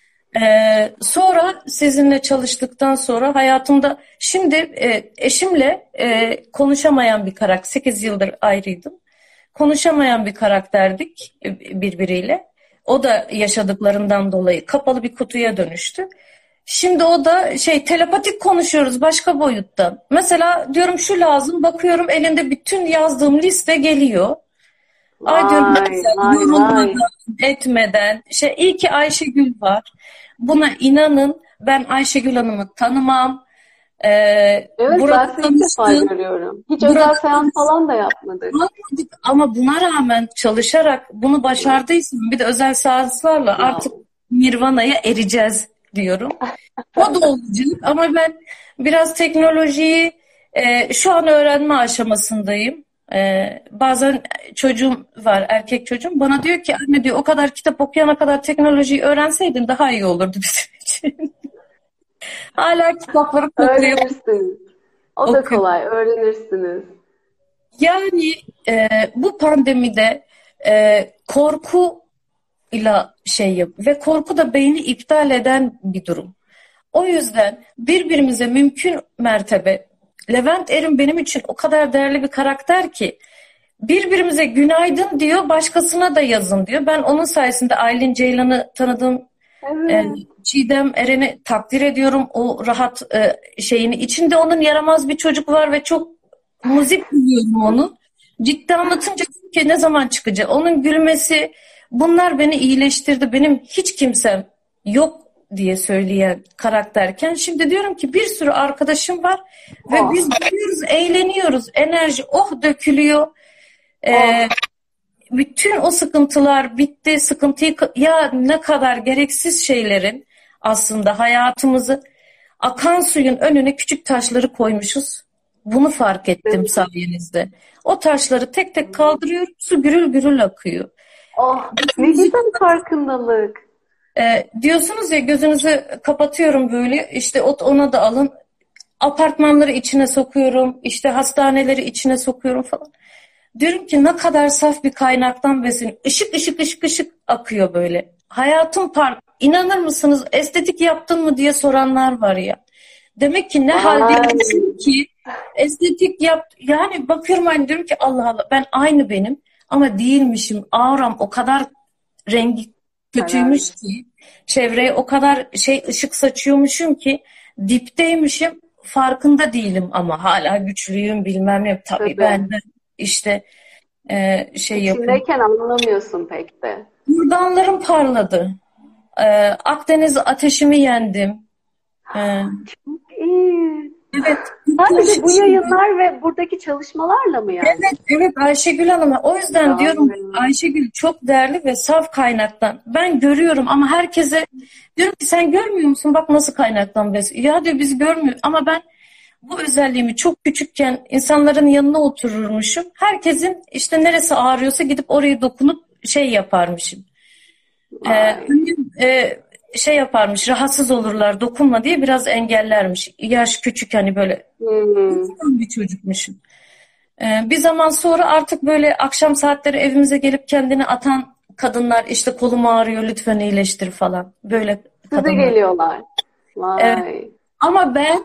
Sonra sizinle çalıştıktan sonra hayatımda şimdi eşimle konuşamayan bir karakter. 8 yıldır ayrıydım. Konuşamayan bir karakterdik birbiriyle. O da yaşadıklarından dolayı kapalı bir kutuya dönüştü. Şimdi o da telepatik konuşuyoruz başka boyutta. Mesela diyorum şu lazım, bakıyorum elinde bütün yazdığım liste geliyor. Ay diyorum Vay vay vay. yorulmadan, etmeden. İyi ki Ayşegül var. Buna inanın, ben Ayşegül Hanım'ı tanımam. Evet, ben Burada seni ilk defa tanıştım. görüyorum. Hiç Burada özel seans falan da yapmadık. tanışmadık ama buna rağmen çalışarak bunu başardıysam bir de özel seanslarla artık Nirvana'ya ereceğiz diyorum. O da olacak ama ben biraz teknolojiyi şu an öğrenme aşamasındayım. Bazen çocuğum var, erkek çocuğum. Bana diyor ki anne diyor o kadar kitap okuyana kadar teknolojiyi öğrenseydin daha iyi olurdu bizim için. Hala kitapları kokluyor. Öğrenirsiniz. O da kolay. Öğrenirsiniz. Yani bu pandemide korku ile ve korku da beyni iptal eden bir durum. O yüzden birbirimize mümkün mertebe Levent Erim benim için o kadar değerli bir karakter ki birbirimize günaydın diyor, başkasına da yazın diyor. Ben onun sayesinde Aylin Ceylan'ı tanıdım. Evet. Çiğdem Eren'i takdir ediyorum. O rahat şeyini. İçinde onun yaramaz bir çocuk var ve çok muzip biliyorum onu. Ciddi anlatınca ki ne zaman çıkacak? Onun gülmesi, bunlar beni iyileştirdi. Benim hiç kimsem yok diye söyleyen karakterken şimdi diyorum ki bir sürü arkadaşım var ve biz gülüyoruz, eğleniyoruz. Enerji dökülüyor. Bütün o sıkıntılar bitti. Ya ne kadar gereksiz şeylerin aslında hayatımızı akan suyun önüne küçük taşları koymuşuz. Bunu fark ettim sayenizde. O taşları tek tek kaldırıyorum. Su gürül gürül akıyor. Ne güzel farkındalık. Diyorsunuz ya gözünüzü kapatıyorum böyle. İşte ona da alın. Apartmanları içine sokuyorum. İşte hastaneleri içine sokuyorum falan. Diyorum ki ne kadar saf bir kaynaktan besin. Işık ışık ışık ışık akıyor böyle. Hayatım park. İnanır mısınız estetik yaptın mı diye soranlar var ya. Demek ki ne haldeymişim ki estetik yani bakıyorum hani diyorum ki Allah Allah ben aynı benim ama değilmişim. Auram o kadar rengi kötüymüş ki çevreye o kadar ışık saçıyormuşum ki dipteymişim farkında değilim ama hala güçlüyüm bilmem ne. Tabii ben de işte yapıyorum. İçindeyken anlamıyorsun pek de. Kürdanlarım parladı. Akdeniz ateşimi yendim. Ee, Çok iyi. evet, Sadece bu şimdi. yayınlar ve buradaki çalışmalarla mı yani? Evet, evet Ayşegül Hanım'a. O yüzden Bravo diyorum ya. Ayşegül çok değerli ve saf kaynaktan. Ben görüyorum ama herkese diyorum ki sen görmüyor musun? Bak nasıl kaynaktan besliyor. Ya diyor biz görmüyor ama ben bu özelliğimi çok küçükken insanların yanına otururmuşum. Herkesin işte neresi ağrıyorsa gidip orayı dokunup şey yaparmışım. Vay. Annem şey yaparmış, rahatsız olurlar, dokunma diye biraz engellermiş. Yaş küçük hani böyle Hmm. bir çocukmuşum. Bir zaman sonra artık böyle akşam saatleri evimize gelip kendini atan kadınlar işte kolum ağrıyor lütfen iyileştir falan. Böyle Size kadınlar. geliyorlar. Ee, Vay. ama ben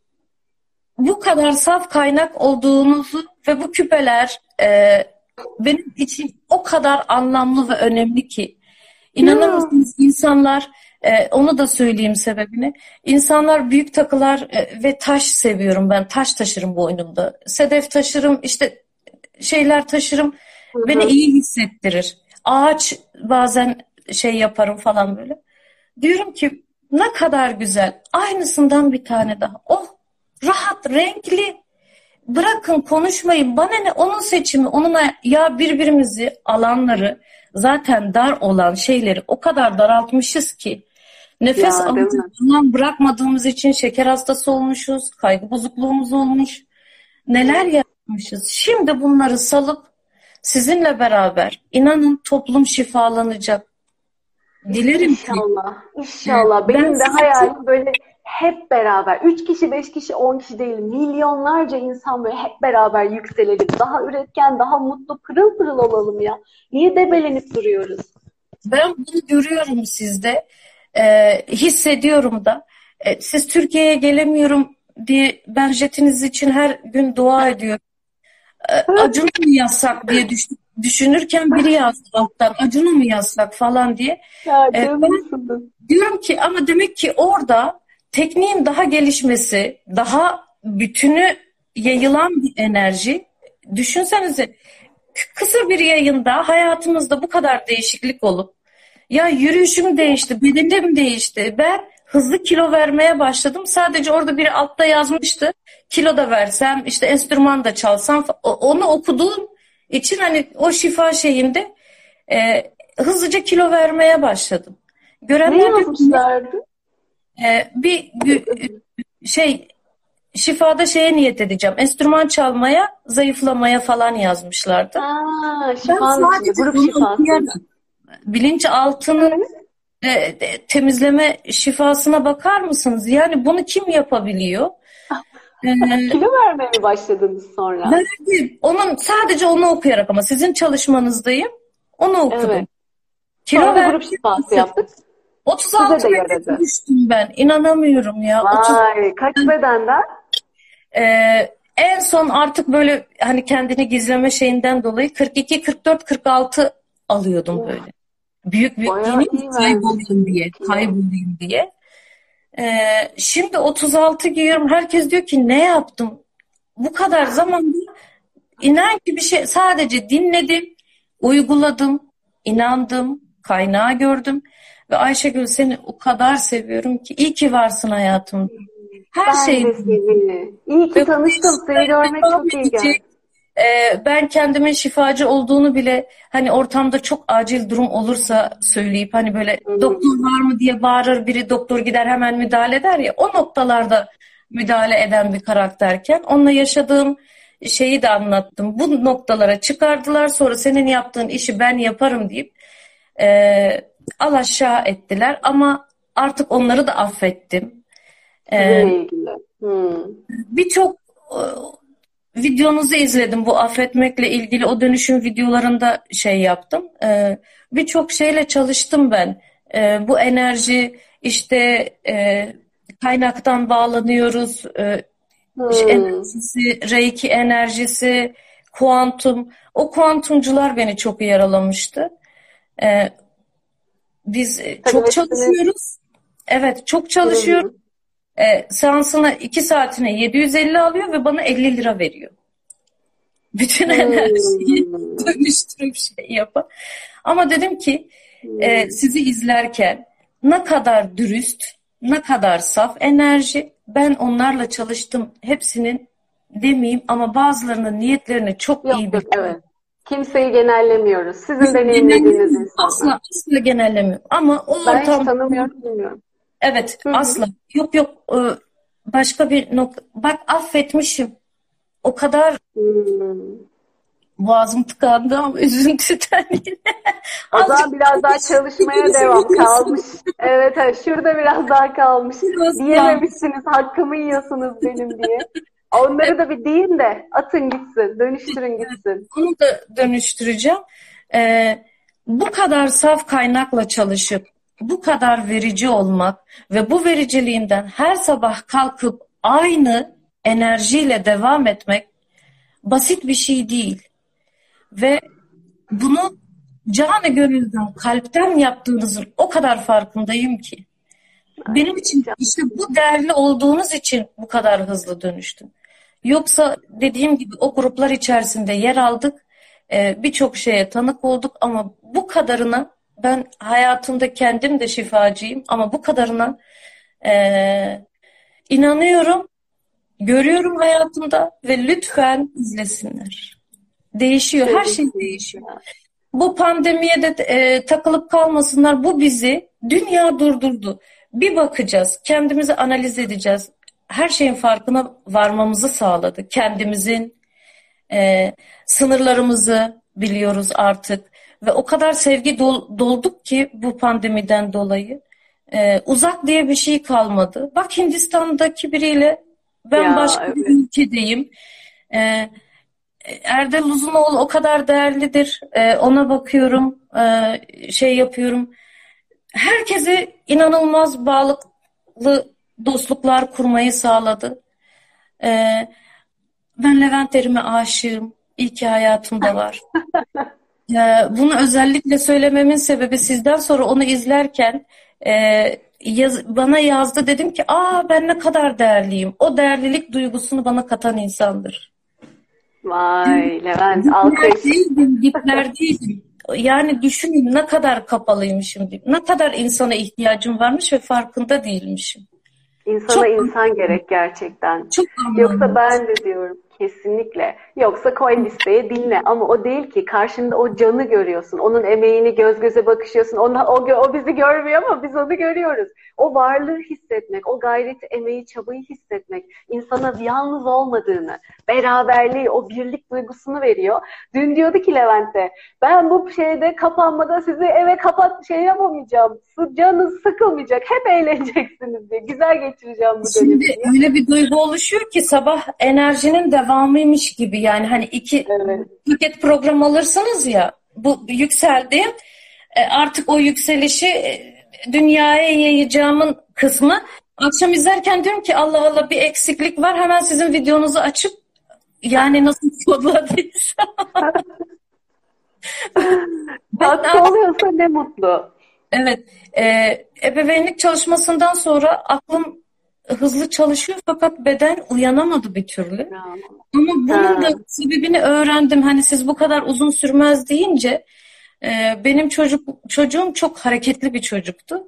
bu kadar saf kaynak olduğunuzu ve bu küpeler benim için o kadar anlamlı ve önemli ki. İnanır Ya. mısınız insanlar onu da söyleyeyim sebebini. İnsanlar büyük takılar ve taş seviyorum ben. Taş taşırım boynumda. Sedef taşırım işte şeyler taşırım. Hı Beni hı. iyi hissettirir. Ağaç bazen şey yaparım falan böyle. Diyorum ki ne kadar güzel. Aynısından bir tane daha. Oh rahat, renkli. Bırakın konuşmayın. Bana ne onun seçimi, onunla ya birbirimizi alanları zaten dar olan şeyleri o kadar daraltmışız ki nefes Ya değil alacak mi? alan bırakmadığımız için şeker hastası olmuşuz, kaygı bozukluğumuz olmuş. Neler yapmışız. Şimdi bunları salıp sizinle beraber inanın toplum şifalanacak. Dilerim ki İnşallah. İnşallah. ben Benim de sizi çok hayalim böyle hep beraber. 3 kişi, 5 kişi, 10 kişi değil. Milyonlarca insan böyle hep beraber yükselelim. Daha üretken, daha mutlu, pırıl pırıl olalım ya. Niye debelenip duruyoruz? Ben bunu görüyorum sizde. Hissediyorum da. Siz Türkiye'ye gelemiyorum diye ben jetiniz için her gün dua ediyorum. Acun'u mu yazsak diye düşünürken biri yazdı alttan. Acun'u mu yazsak falan diye. Ya Ben canımsınız. diyorum ki ama demek ki orada tekniğin daha gelişmesi, daha bütünü yayılan bir enerji. Düşünsenize kısa bir yayında hayatımızda bu kadar değişiklik olup ya yürüyüşüm değişti, bedenim değişti. Ben hızlı kilo vermeye başladım. Sadece orada biri altta yazmıştı. Kilo da versem, işte enstrüman da çalsam onu okuduğum için hani o şifa şeyinde hızlıca kilo vermeye başladım. Ne Görenler diyor ki yazmışlardı? bir şey şifada şeye niyet edeceğim. Enstrüman çalmaya, zayıflamaya falan yazmışlardı. Ha, Ben şifanın içinde. sadece Grup onu şifası. okuyarak bilinçaltının temizleme şifasına bakar mısınız? Yani bunu kim yapabiliyor? E, Kilo vermeye mi başladınız sonra? verdim. Sadece onu okuyarak ama sizin çalışmanızdayım. Onu okudum. Evet. Kilo Sonra da verdim. grup şifası yaptık. 36 Size de metre yaradı. düştüm ben. İnanamıyorum ya. Vay, kaç bedenden? En son artık böyle hani kendini gizleme şeyinden dolayı 42, 44, 46 alıyordum Of, böyle. Büyük büyük bayağı yeni iyi kaybolayım diye, vermişsiniz kilo. kaybolayım diye. Şimdi 36 giyiyorum. Herkes diyor ki ne yaptım? Bu kadar zamanda inan ki bir şey sadece dinledim, uyguladım, inandım, kaynağı gördüm ve Ayşegül seni o kadar seviyorum ki iyi ki varsın hayatımda. Her Ben şey de seni. İyi ki ve bu tanıştım. Seni görmek devam çok iyi edecek. geldi. Ben kendimin şifacı olduğunu bile hani ortamda çok acil durum olursa söyleyip hani böyle doktor var mı diye bağırır biri doktor gider hemen müdahale eder ya o noktalarda müdahale eden bir karakterken onunla yaşadığım şeyi de anlattım. Bu noktalara çıkardılar sonra senin yaptığın işi ben yaparım deyip alaşağı ettiler ama artık onları da affettim. Sizinle ilgili. Hmm. Birçok videonuzu izledim bu affetmekle ilgili o dönüşüm videolarında şey yaptım. Birçok şeyle çalıştım ben. Bu enerji işte kaynaktan bağlanıyoruz. Hmm. Enerjisi, Reiki enerjisi, kuantum. O kuantumcular beni çok yaralamıştı. Biz Tabii çok hepsini. çalışıyoruz. Evet, çok Hı çalışıyoruz. hı. Seansına 2 saatine 750 alıyor ve bana 50 lira veriyor. Bütün enerjiyi Hmm. dönüştürüp şey yapar. Ama dedim ki Hmm. sizi izlerken ne kadar dürüst, ne kadar saf enerji. Ben onlarla çalıştım. Hepsinin demeyeyim ama bazılarının niyetlerini çok Yok iyi yok, biliyorum. evet. Kimseyi genellemiyoruz. Sizin deneyimlediğiniz Genellemiyorum. insanlar. Asla genellemiyorum. Ama o Ben hiç ortam, tanımıyorum, bilmiyorum. evet, Hı hı. asla. Yok yok, başka bir nokta. Bak, affetmişim. O kadar Hmm. boğazım tıkandı ama üzüntüden yine. O zaman biraz daha çalışmaya devam. Kalmış. Evet, evet, şurada biraz daha kalmış. Biraz Diyememişsiniz, hakkımı yiyorsunuz benim diye. Onları da bir deyin de atın gitsin, dönüştürün gitsin. Onu da dönüştüreceğim. Bu kadar saf kaynakla çalışıp bu kadar verici olmak ve bu vericiliğimden her sabah kalkıp aynı enerjiyle devam etmek basit bir şey değil. Ve bunu canı gönülden, kalpten yaptığınızın o kadar farkındayım ki. Benim için işte bu değerli olduğunuz için bu kadar hızlı dönüştüm. Yoksa dediğim gibi o gruplar içerisinde yer aldık. Birçok şeye tanık olduk ama bu kadarına, ben hayatımda kendim de şifacıyım ama bu kadarına inanıyorum, görüyorum hayatımda ve lütfen izlesinler. Değişiyor, her şey değişiyor. Bu pandemiye de takılıp kalmasınlar. Bu bizi, dünya durdurdu. Bir bakacağız, kendimizi analiz edeceğiz. Her şeyin farkına varmamızı sağladı. Kendimizin sınırlarımızı biliyoruz artık. Ve o kadar sevgi dolduk ki bu pandemiden dolayı. Uzak diye bir şey kalmadı. Bak, Hindistan'daki biriyle ben Ya, başka bir evet. ülkedeyim. Erdal Uzunoğlu o kadar değerlidir. Ona bakıyorum, şey yapıyorum. Herkese inanılmaz bağlı dostluklar kurmayı sağladı. Ben Levent Erim'e aşığım. İyi ki hayatımda var. Bunu özellikle söylememin sebebi, sizden sonra onu izlerken bana yazdı, dedim ki ben ne kadar değerliyim. O değerlilik duygusunu bana katan insandır. Vay Levent, alkış. Dipler değildim. Yani düşünün ne kadar kapalıymışım, ne kadar insana ihtiyacım varmış ve farkında değilmişim. İnsana Çok insan gerek gerçekten. Çok Yoksa anlamlı. ben de diyorum kesinlikle. Yoksa koy listeye, dinle. Ama o değil ki. Karşında o canı görüyorsun. Onun emeğini göz göze bakışıyorsun. O bizi görmüyor ama biz onu görüyoruz. O varlığı hissetmek, o gayreti, emeği, çabayı hissetmek insana yalnız olmadığını, beraberliği, o birlik duygusunu veriyor. Dün diyordu ki Levent'e, ben bu şeyde kapanmada sizi eve yapamayacağım. Canınız sıkılmayacak. Hep eğleneceksiniz diye. Güzel geçireceğim bu dönemi Şimdi diye. öyle bir duygu oluşuyor ki sabah enerjinin devamıymış gibi, yani hani 2 Evet. paket program alırsınız ya, bu yükseldi, artık o yükselişi dünyaya yayacağımın kısmı, akşam izlerken diyorum ki Allah Allah, bir eksiklik var, hemen sizin videonuzu açıp, yani nasıl kodladıysa. Hakkı oluyorsa ne mutlu. Evet, ebeveynlik çalışmasından sonra aklım hızlı çalışıyor fakat beden uyanamadı bir türlü. Bravo. Ama bunun da sebebini öğrendim. Hani siz bu kadar uzun sürmez deyince, benim çocuğum çok hareketli bir çocuktu.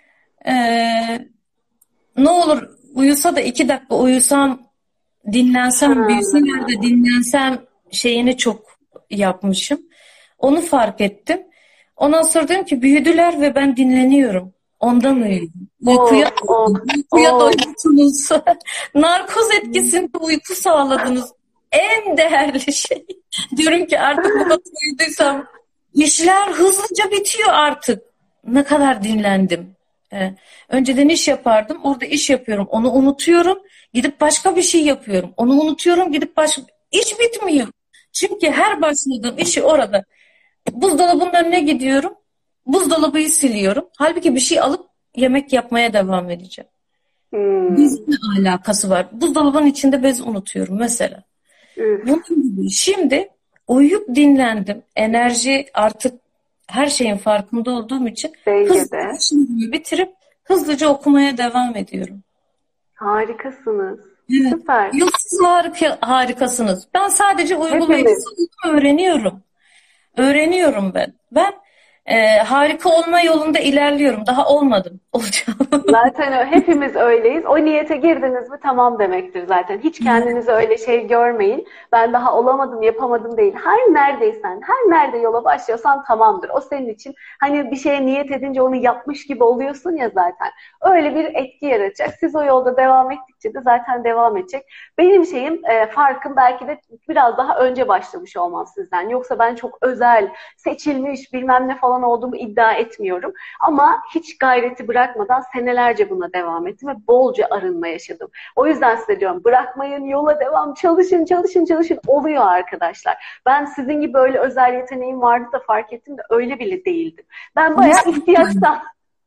Ne olur uyusa da 2 dakika uyusam, dinlensem, büyüseler de dinlensem şeyini çok yapmışım. Onu fark ettim. Ondan sonra dedim ki büyüdüler ve ben dinleniyorum. Ondan uyuyorum. Uykuya doydunuz. Narkoz etkisinde uyku sağladınız. En değerli şey. Diyorum ki artık bu kadar uyuduysam işler hızlıca bitiyor artık. Ne kadar dinlendim. Önceden iş yapardım. Orada iş yapıyorum. Onu unutuyorum. Gidip başka bir şey yapıyorum. Onu unutuyorum. Gidip İş bitmiyor. Çünkü her başladığım işi orada. Buzdolabının önüne gidiyorum. Buzdolabıyı siliyorum. Halbuki bir şey alıp yemek yapmaya devam edeceğim. Bezle alakası var. Buzdolabının içinde bez unutuyorum mesela. Bunun gibi. Şimdi uyuyup dinlendim. Enerji, artık her şeyin farkında olduğum için hızlıca işimi bitirip hızlıca okumaya devam ediyorum. Harikasınız. Evet. Süper. Yok, siz harikasınız. Ben sadece uygulayıcısını öğreniyorum. Öğreniyorum ben. Ben Harika olma yolunda ilerliyorum. Daha olmadım. Olacağım. Zaten hepimiz öyleyiz. O niyete girdiniz mi tamam demektir zaten. Hiç kendinizi öyle şey görmeyin. Ben daha olamadım, yapamadım değil. Her neredeysen, her nerede yola başlıyorsan tamamdır. O senin için hani bir şeye niyet edince onu yapmış gibi oluyorsun ya zaten. Öyle bir etki yaratacak. Siz o yolda devam ettikçe de zaten devam edecek. Benim şeyim, farkım belki de biraz daha önce başlamış olmam sizden. Yoksa ben çok özel, seçilmiş, bilmem ne falan olduğumu iddia etmiyorum. Ama hiç gayreti bırakmadan senelerce buna devam ettim ve bolca arınma yaşadım. O yüzden size diyorum bırakmayın, yola devam, çalışın, çalışın, çalışın. Oluyor arkadaşlar. Ben sizin gibi böyle özel yeteneğim vardı da fark ettim de öyle bile değildim. Ben bayağı ihtiyaçtan,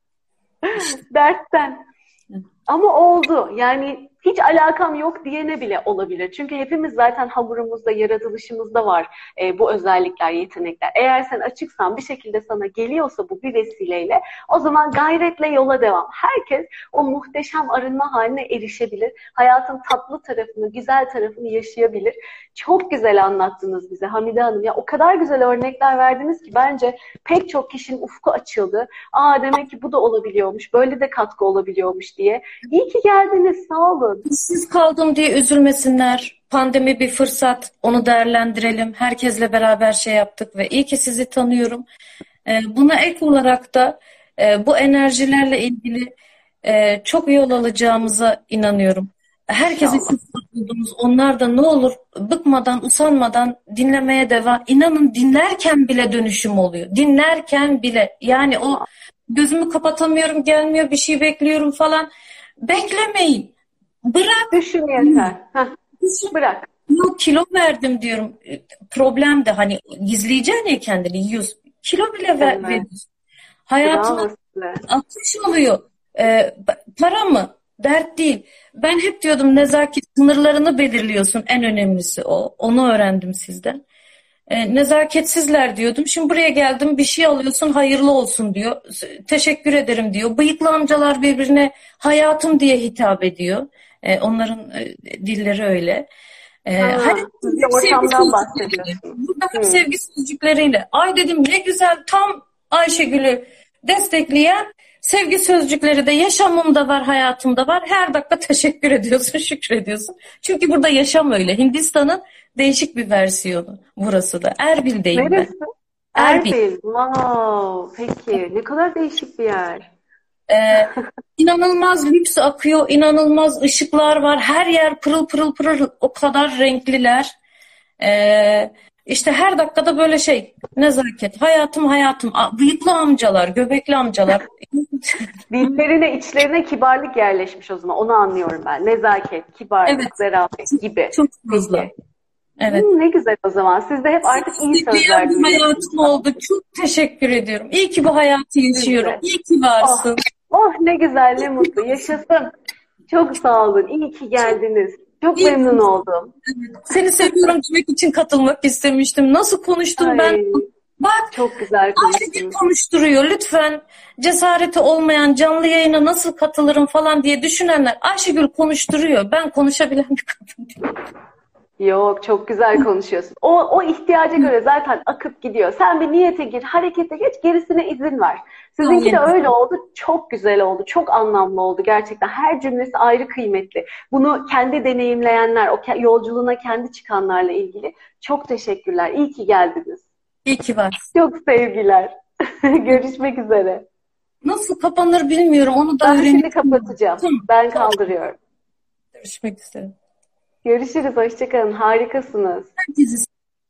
dertten. Ama oldu. Yani hiç alakam yok diyene bile olabilir. Çünkü hepimiz zaten hamurumuzda, yaratılışımızda var bu özellikler, yetenekler. Eğer sen açıksan, bir şekilde sana geliyorsa bu bir vesileyle, o zaman gayretle yola devam. Herkes o muhteşem arınma haline erişebilir. Hayatın tatlı tarafını, güzel tarafını yaşayabilir. Çok güzel anlattınız bize Hamide Hanım. Ya o kadar güzel örnekler verdiniz ki bence pek çok kişinin ufku açıldı. Aa, demek ki bu da olabiliyormuş, böyle de katkı olabiliyormuş diye. İyi ki geldiniz, sağ olun. İşsiz kaldım diye üzülmesinler. Pandemi bir fırsat. Onu değerlendirelim. Herkesle beraber şey yaptık ve iyi ki sizi tanıyorum. Buna ek olarak da bu enerjilerle ilgili çok yol alacağımıza inanıyorum. Herkesin fırsat buldunuz. Onlar da ne olur bıkmadan, usanmadan dinlemeye devam. İnanın dinlerken bile dönüşüm oluyor. Dinlerken bile. Yani o gözümü kapatamıyorum, gelmiyor, bir şey bekliyorum falan. Beklemeyin. Bırak. Düşün yeter. Bırak. Yok, kilo verdim diyorum. Problem de hani gizleyeceksin ya, kendini yiyorsun. Kilo bile veriyorsun. Hayatına akış oluyor. Para mı? Dert değil. Ben hep diyordum nezaket sınırlarını belirliyorsun. En önemlisi o. Onu öğrendim sizden. Nezaketsizler diyordum. Şimdi buraya geldim, bir şey alıyorsun, hayırlı olsun diyor. Teşekkür ederim diyor. Bıyıklı amcalar birbirine hayatım diye hitap ediyor. Onların dilleri öyle. Ortamdan bahsediyorsun. Burada hep sevgi sözcükleriyle. Ay dedim ne güzel, tam Ayşegül'ü destekleyen sevgi sözcükleri de yaşamımda var, hayatımda var. Her dakika teşekkür ediyorsun, şükrediyorsun. Çünkü burada yaşam öyle. Hindistan'ın değişik bir versiyonu burası da. Erbil'deyim ben. Neresi? Erbil. Wow. Peki. Ne kadar değişik bir yer. İnanılmaz lüks akıyor, inanılmaz ışıklar var. Her yer pırıl pırıl pırıl, o kadar renkliler. İşte her dakikada böyle şey, nezaket, hayatım hayatım, bıyıklı amcalar, göbekli amcalar. Dillerine, içlerine kibarlık yerleşmiş o zaman. Onu anlıyorum ben. Nezaket, kibarlık, Evet. zarafet gibi. Çok fazla. Peki. Evet. Ne güzel o zaman. Siz de hep artık iyi sözler bir hayatım oldu. Çok teşekkür ediyorum. İyi ki bu hayatı yaşıyorum. Güzel. İyi ki varsın. Oh ne güzel, ne mutlu. Yaşasın. Çok sağ olun. İyi ki geldiniz. Çok İyi memnun oldum. Seni seviyorum demek için katılmak istemiştim. Nasıl konuştum Ay, ben? Bak, çok güzel Ayşegül konuştunuz. konuşturuyor. Lütfen cesareti olmayan canlı yayına nasıl katılırım falan diye düşünenler, Ayşegül konuşturuyor. Ben konuşabilen bir kadın değilim. Yok, çok güzel konuşuyorsun. O ihtiyaca göre zaten akıp gidiyor. Sen bir niyete gir, harekete geç, gerisine izin ver. Sizinki de öyle oldu. Çok güzel oldu. Çok anlamlı oldu gerçekten. Her cümlesi ayrı kıymetli. Bunu kendi deneyimleyenler, o yolculuğuna kendi çıkanlarla ilgili çok teşekkürler. İyi ki geldiniz. İyi ki var. Çok sevgiler. Görüşmek üzere. Nasıl kapanır bilmiyorum. Onu da Ben öğreneceğim. şimdi kapatacağım. Tamam. Ben kaldırıyorum. Görüşmek üzere. Görüşürüz. Hoşçakalın. Harikasınız. Herkese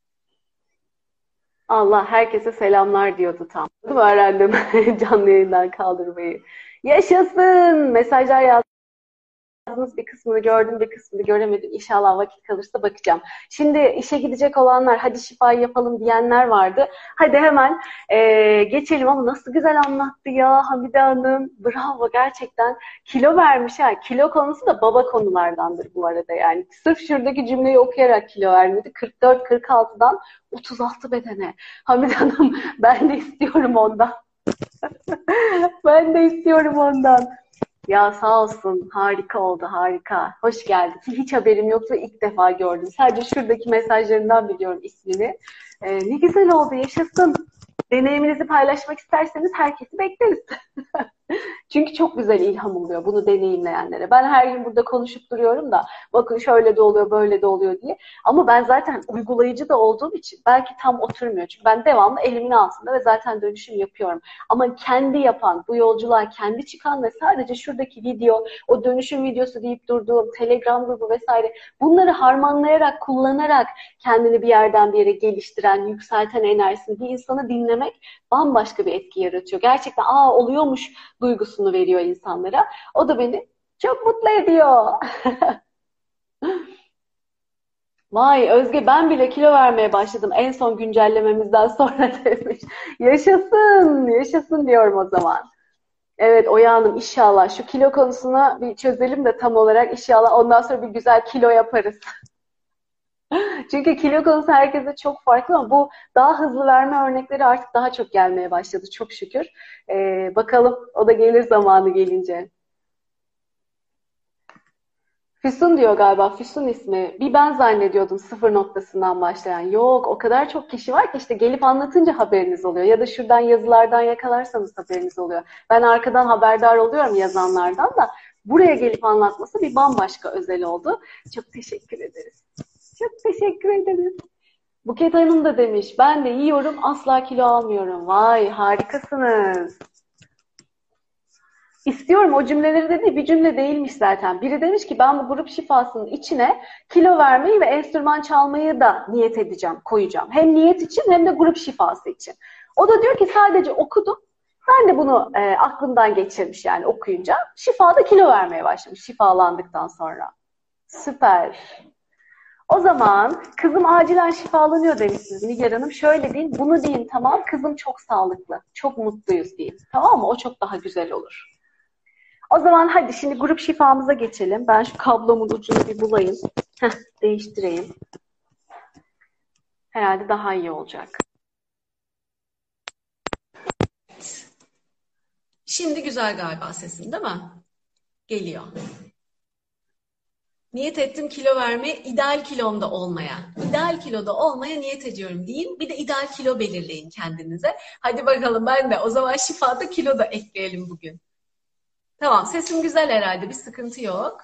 Allah herkese selamlar diyordu tam. Öğrendim canlı yayından kaldırmayı. Yaşasın! Mesajlar yazdınız. Bir kısmını gördüm, bir kısmını göremedim. İnşallah vakit kalırsa bakacağım. Şimdi işe gidecek olanlar, hadi şifayı yapalım diyenler vardı. Hadi hemen geçelim ama nasıl güzel anlattı ya Hamide Hanım. Bravo, gerçekten kilo vermiş ha. Kilo konusu da baba konulardandır bu arada yani. Sırf şuradaki cümleyi okuyarak kilo vermedi. 44-46'dan 36 bedene. Hamide Hanım, ben de istiyorum ondan. Ben de istiyorum ondan. Ya sağ olsun, harika oldu, harika. Hoş geldin. Hiç haberim yoktu, ilk defa gördüm. Sadece şuradaki mesajlarından biliyorum ismini. Ne güzel oldu, yaşasın. Deneyiminizi paylaşmak isterseniz herkesi bekleriz. Çünkü çok güzel ilham oluyor bunu deneyimleyenlere. Ben her gün burada konuşup duruyorum da bakın şöyle de oluyor, böyle de oluyor diye. Ama ben zaten uygulayıcı da olduğum için belki tam oturmuyor. Çünkü ben devamlı elimin altında ve zaten dönüşüm yapıyorum. Ama kendi yapan, bu yolculuğa kendi çıkan ve sadece şuradaki video, o dönüşüm videosu deyip durduğum Telegram grubu vesaire, bunları harmanlayarak, kullanarak kendini bir yerden bir yere geliştiren, yükselten enerjisini bir insanı dinlemek bambaşka bir etki yaratıyor. Gerçekten oluyormuş duygusunu veriyor insanlara. O da beni çok mutlu ediyor. Vay Özge, ben bile kilo vermeye başladım en son güncellememizden sonra demiş. Yaşasın, yaşasın diyorum o zaman. Evet Oya Hanım, inşallah şu kilo konusunu bir çözelim de tam olarak, inşallah ondan sonra bir güzel kilo yaparız. Çünkü kilo konusu herkese çok farklı ama bu daha hızlı verme örnekleri artık daha çok gelmeye başladı çok şükür. Bakalım o da gelir zamanı gelince. Füsun diyor galiba, Füsun ismi. Bir ben zannediyordum sıfır noktasından başlayan. Yok, o kadar çok kişi var ki işte gelip anlatınca haberiniz oluyor. Ya da şuradan yazılardan yakalarsanız haberiniz oluyor. Ben arkadan haberdar oluyorum yazanlardan da. Buraya gelip anlatması bir bambaşka özel oldu. Çok teşekkür ederiz. Çok teşekkür ederiz. Buket Hanım da demiş, ben de yiyorum asla kilo almıyorum. Vay harikasınız. İstiyorum o cümleleri dedi, bir cümle değilmiş zaten. Biri demiş ki ben bu grup şifasının içine kilo vermeyi ve enstrüman çalmayı da niyet edeceğim, koyacağım. Hem niyet için hem de grup şifası için. O da diyor ki sadece okudum. Ben de bunu aklımdan geçirmiş yani okuyunca. Şifada kilo vermeye başlamış şifalandıktan sonra. Süper. O zaman kızım acilen şifalanıyor demişsiniz Nigar Hanım. Şöyle deyin, bunu deyin tamam, kızım çok sağlıklı, çok mutluyuz deyin. Tamam mı? O çok daha güzel olur. O zaman hadi şimdi grup şifamıza geçelim. Ben şu kablomun ucunu bir bulayım. Değiştireyim. Herhalde daha iyi olacak. Şimdi güzel galiba sesin, değil mi? Geliyor. Niyet ettim kilo vermeye, ideal kilomda olmaya. İdeal kiloda olmaya niyet ediyorum deyin. Bir de ideal kilo belirleyin kendinize. Hadi bakalım ben de. O zaman şifada kilo da ekleyelim bugün. Tamam, sesim güzel herhalde. Bir sıkıntı yok.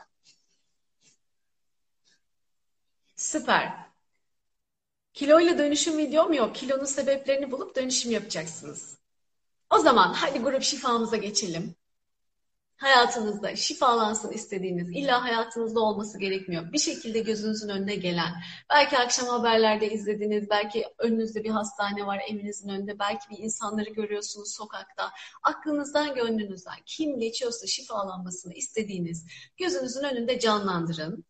Süper. Kiloyla dönüşüm videom yok. Kilonun sebeplerini bulup dönüşüm yapacaksınız. O zaman hadi grup şifamıza geçelim. Hayatınızda şifalansın istediğiniz, illa hayatınızda olması gerekmiyor. Bir şekilde gözünüzün önüne gelen, belki akşam haberlerde izlediniz, belki önünüzde bir hastane var evinizin önünde, belki bir insanları görüyorsunuz sokakta. Aklınızdan, gönlünüzden kim geçiyorsa şifalanmasını istediğiniz gözünüzün önünde canlandırın.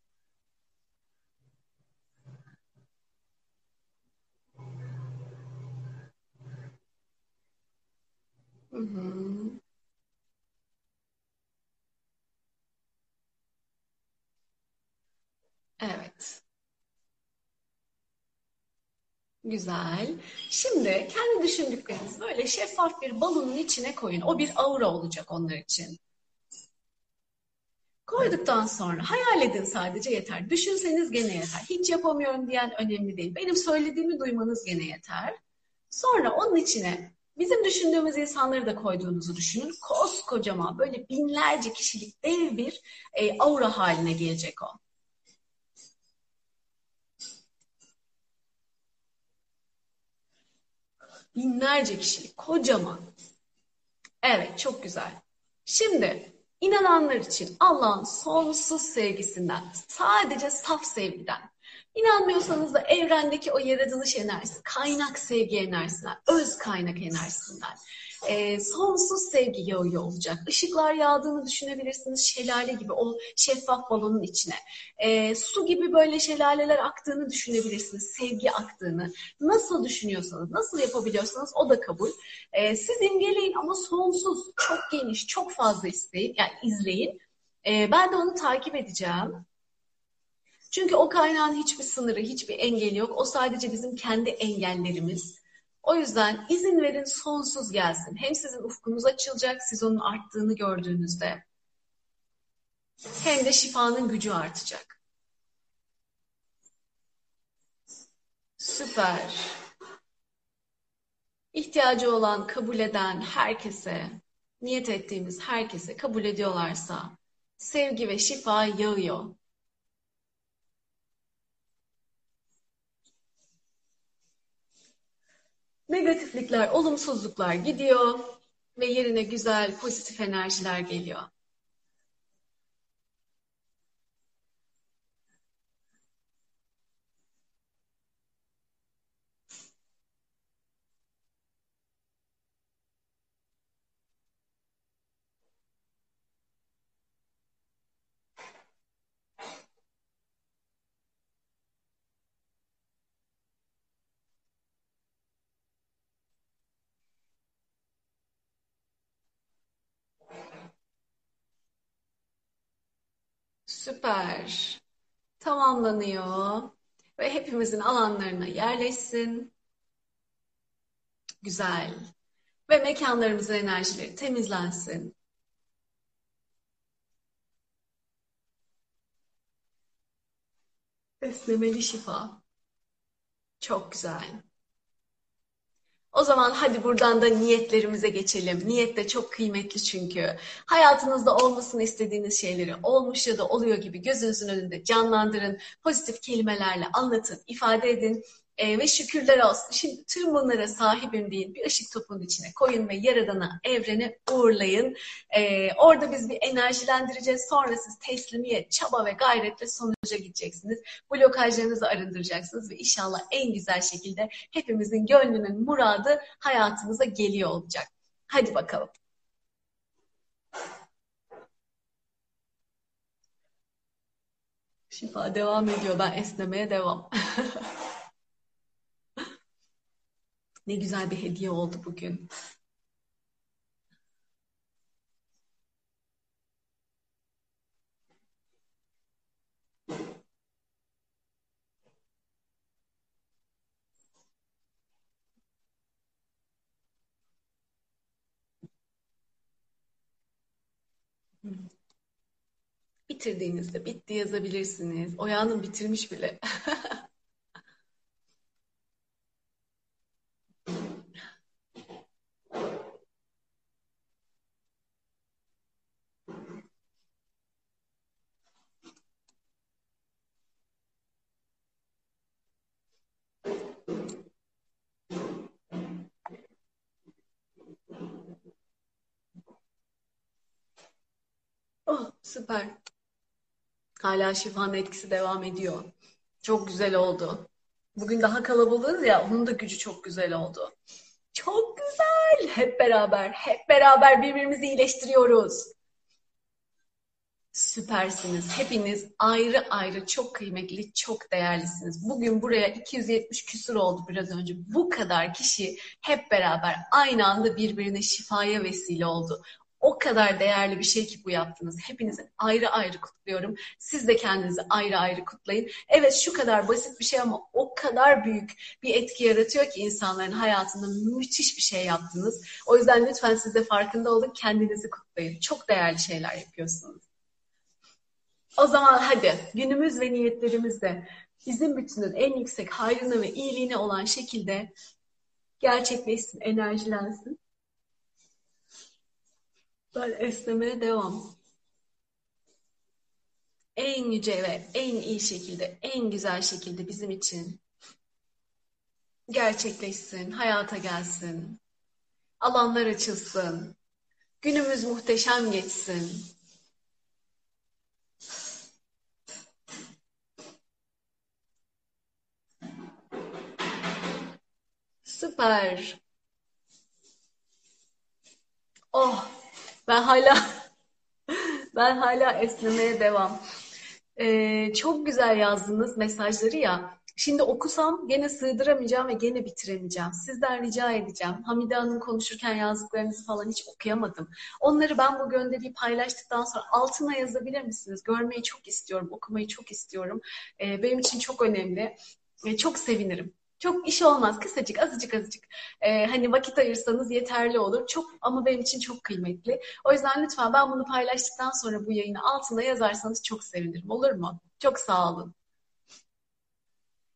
Hı hı. Evet. Güzel. Şimdi kendi düşündüklerinizi böyle şeffaf bir balonun içine koyun. O bir aura olacak onlar için. Koyduktan sonra hayal edin sadece yeter. Düşünseniz gene yeter. Hiç yapamıyorum diyen önemli değil. Benim söylediğimi duymanız gene yeter. Sonra onun içine bizim düşündüğümüz insanları da koyduğunuzu düşünün. Koskocaman böyle binlerce kişilik dev bir aura haline gelecek o. Binlerce kişilik, kocaman. Evet, çok güzel. Şimdi inananlar için Allah'ın sonsuz sevgisinden, sadece saf sevgiden, İnanmıyorsanız da evrendeki o yaratılış enerjisi, kaynak sevgi enerjisinden, öz kaynak enerjisinden sonsuz sevgi yağıyor olacak. Işıklar yağdığını düşünebilirsiniz şelale gibi o şeffaf balonun içine. Su gibi böyle şelaleler aktığını düşünebilirsiniz, sevgi aktığını. Nasıl düşünüyorsanız, nasıl yapabiliyorsanız o da kabul. Siz imgeleyin ama sonsuz, çok geniş, çok fazla isteyin, yani izleyin. Ben de onu takip edeceğim. Çünkü o kaynağın hiçbir sınırı, hiçbir engeli yok. O sadece bizim kendi engellerimiz. O yüzden izin verin sonsuz gelsin. Hem sizin ufkunuz açılacak, siz onun arttığını gördüğünüzde. Hem de şifanın gücü artacak. Süper. İhtiyacı olan, kabul eden herkese, niyet ettiğimiz herkese kabul ediyorlarsa sevgi ve şifa yağıyor. Negatiflikler, olumsuzluklar gidiyor ve yerine güzel, pozitif enerjiler geliyor. Süper. Tamamlanıyor ve hepimizin alanlarına yerleşsin. Güzel. Ve mekanlarımızın enerjileri temizlensin. Esnemeli şifa. Çok güzel. O zaman hadi buradan da niyetlerimize geçelim. Niyet de çok kıymetli çünkü. Hayatınızda olmasını istediğiniz şeyleri olmuş ya da oluyor gibi gözünüzün önünde canlandırın. Pozitif kelimelerle anlatın, ifade edin. Ve şükürler olsun. Şimdi tüm bunlara sahibim deyin. Bir ışık topunun içine koyun ve Yaradan'a, evrene uğurlayın. Orada biz bir enerjilendireceğiz. Sonra siz teslimiyet, çaba ve gayretle sonuca gideceksiniz. Blokajlarınızı arındıracaksınız ve inşallah en güzel şekilde hepimizin gönlünün muradı hayatımıza geliyor olacak. Hadi bakalım. Şifa devam ediyor. Ben esnemeye devam. Ne güzel bir hediye oldu bugün. Bitirdiğinizde bitti yazabilirsiniz. Oya Hanım bitirmiş bile. Oh, süper. Hala şifanın etkisi devam ediyor. Çok güzel oldu. Bugün daha kalabalığız ya, onun da gücü çok güzel oldu. Çok güzel. Hep beraber birbirimizi iyileştiriyoruz. Süpersiniz. Hepiniz ayrı ayrı çok kıymetli, çok değerlisiniz. Bugün buraya 270 küsur oldu biraz önce. Bu kadar kişi hep beraber aynı anda birbirine şifaya vesile oldu. O kadar değerli bir şey ki bu yaptınız. Hepinizi ayrı ayrı kutluyorum. Siz de kendinizi ayrı ayrı kutlayın. Evet, şu kadar basit bir şey ama o kadar büyük bir etki yaratıyor ki insanların hayatında müthiş bir şey yaptınız. O yüzden lütfen siz de farkında olun, kendinizi kutlayın. Çok değerli şeyler yapıyorsunuz. O zaman hadi günümüz ve niyetlerimiz de bizim bütünün en yüksek hayrına ve iyiliğine olan şekilde gerçekleşsin, enerjilensin. Ben esnemeye devam. En yüce ve en iyi şekilde, en güzel şekilde bizim için gerçekleşsin, hayata gelsin, alanlar açılsın, günümüz muhteşem geçsin. Süper. Oh, ben hala ben hala esnemeye devam. Çok güzel yazdınız mesajları ya. Şimdi okusam gene sığdıramayacağım ve gene bitiremeyeceğim. Sizden rica edeceğim. Hamide Hanım konuşurken yazdıklarınızı falan hiç okuyamadım. Onları ben bu gönderiyi paylaştıktan sonra altına yazabilir misiniz? Görmeyi çok istiyorum, okumayı çok istiyorum. Benim için çok önemli. Çok sevinirim. Çok iş olmaz. Kısacık, azıcık. Hani vakit ayırsanız yeterli olur. Çok ama benim için çok kıymetli. O yüzden lütfen ben bunu paylaştıktan sonra bu yayını altına yazarsanız çok sevinirim. Olur mu? Çok sağ olun.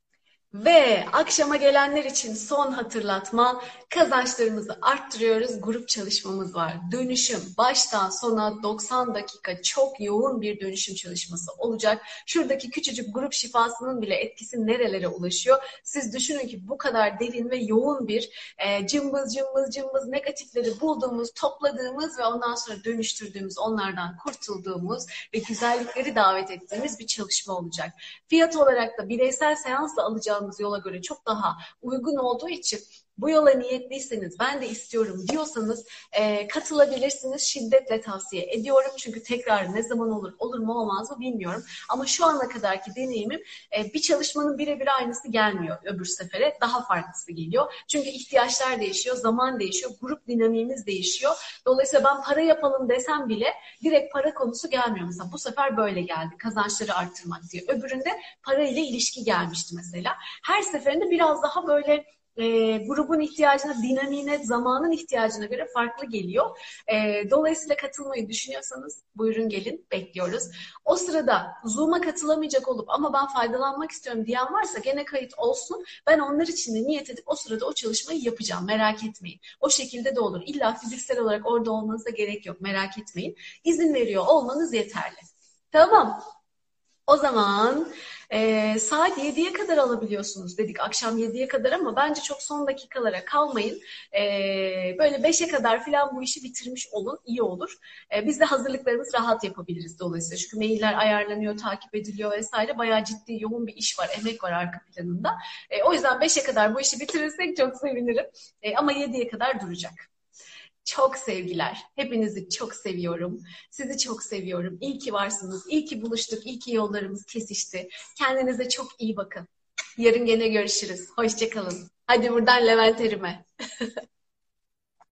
Ve akşama gelenler için son hatırlatma, kazançlarımızı arttırıyoruz. Grup çalışmamız var. Dönüşüm baştan sona 90 dakika çok yoğun bir dönüşüm çalışması olacak. Şuradaki küçücük grup şifasının bile etkisi nerelere ulaşıyor? Siz düşünün ki bu kadar derin ve yoğun bir cımbız cımbız cımbız negatifleri bulduğumuz, topladığımız ve ondan sonra dönüştürdüğümüz, onlardan kurtulduğumuz ve güzellikleri davet ettiğimiz bir çalışma olacak. Fiyat olarak da bireysel seansla alacağımız yola göre çok daha uygun olduğu için bu yola niyetliyseniz, ben de istiyorum diyorsanız katılabilirsiniz. Şiddetle tavsiye ediyorum. Çünkü tekrar ne zaman olur, olur mu olmaz mı bilmiyorum. Ama şu ana kadarki deneyimim bir çalışmanın birebir aynısı gelmiyor öbür sefere. Daha farklısı geliyor. Çünkü ihtiyaçlar değişiyor, zaman değişiyor, grup dinamiğimiz değişiyor. Dolayısıyla ben para yapalım desem bile direkt para konusu gelmiyor. Mesela bu sefer böyle geldi. Kazançları arttırmak diye. Öbüründe parayla ilişki gelmişti mesela. Her seferinde biraz daha böyle grubun ihtiyacına, dinamiğine, zamanın ihtiyacına göre farklı geliyor. Dolayısıyla katılmayı düşünüyorsanız buyurun gelin, bekliyoruz. O sırada Zoom'a katılamayacak olup ama ben faydalanmak istiyorum diyen varsa gene kayıt olsun. Ben onlar için de niyet edip o sırada o çalışmayı yapacağım. Merak etmeyin. O şekilde de olur. İlla fiziksel olarak orada olmanıza gerek yok. Merak etmeyin. İzin veriyor olmanız yeterli. Tamam. O zaman saat 7'ye kadar alabiliyorsunuz dedik. Akşam 7'ye kadar ama bence çok son dakikalara kalmayın. Böyle 5'e kadar falan bu işi bitirmiş olun. İyi olur. Biz de hazırlıklarımızı rahat yapabiliriz dolayısıyla. Çünkü mailler ayarlanıyor, takip ediliyor vesaire. Bayağı ciddi, yoğun bir iş var, emek var arka planında. O yüzden 5'e kadar bu işi bitirirsek çok sevinirim. Ama 7'ye kadar duracak. Çok sevgiler. Hepinizi çok seviyorum. Sizi çok seviyorum. İyi ki varsınız. İyi ki buluştuk. İyi ki yollarımız kesişti. Kendinize çok iyi bakın. Yarın gene görüşürüz. Hoşça kalın. Hadi buradan Levent Erim'e.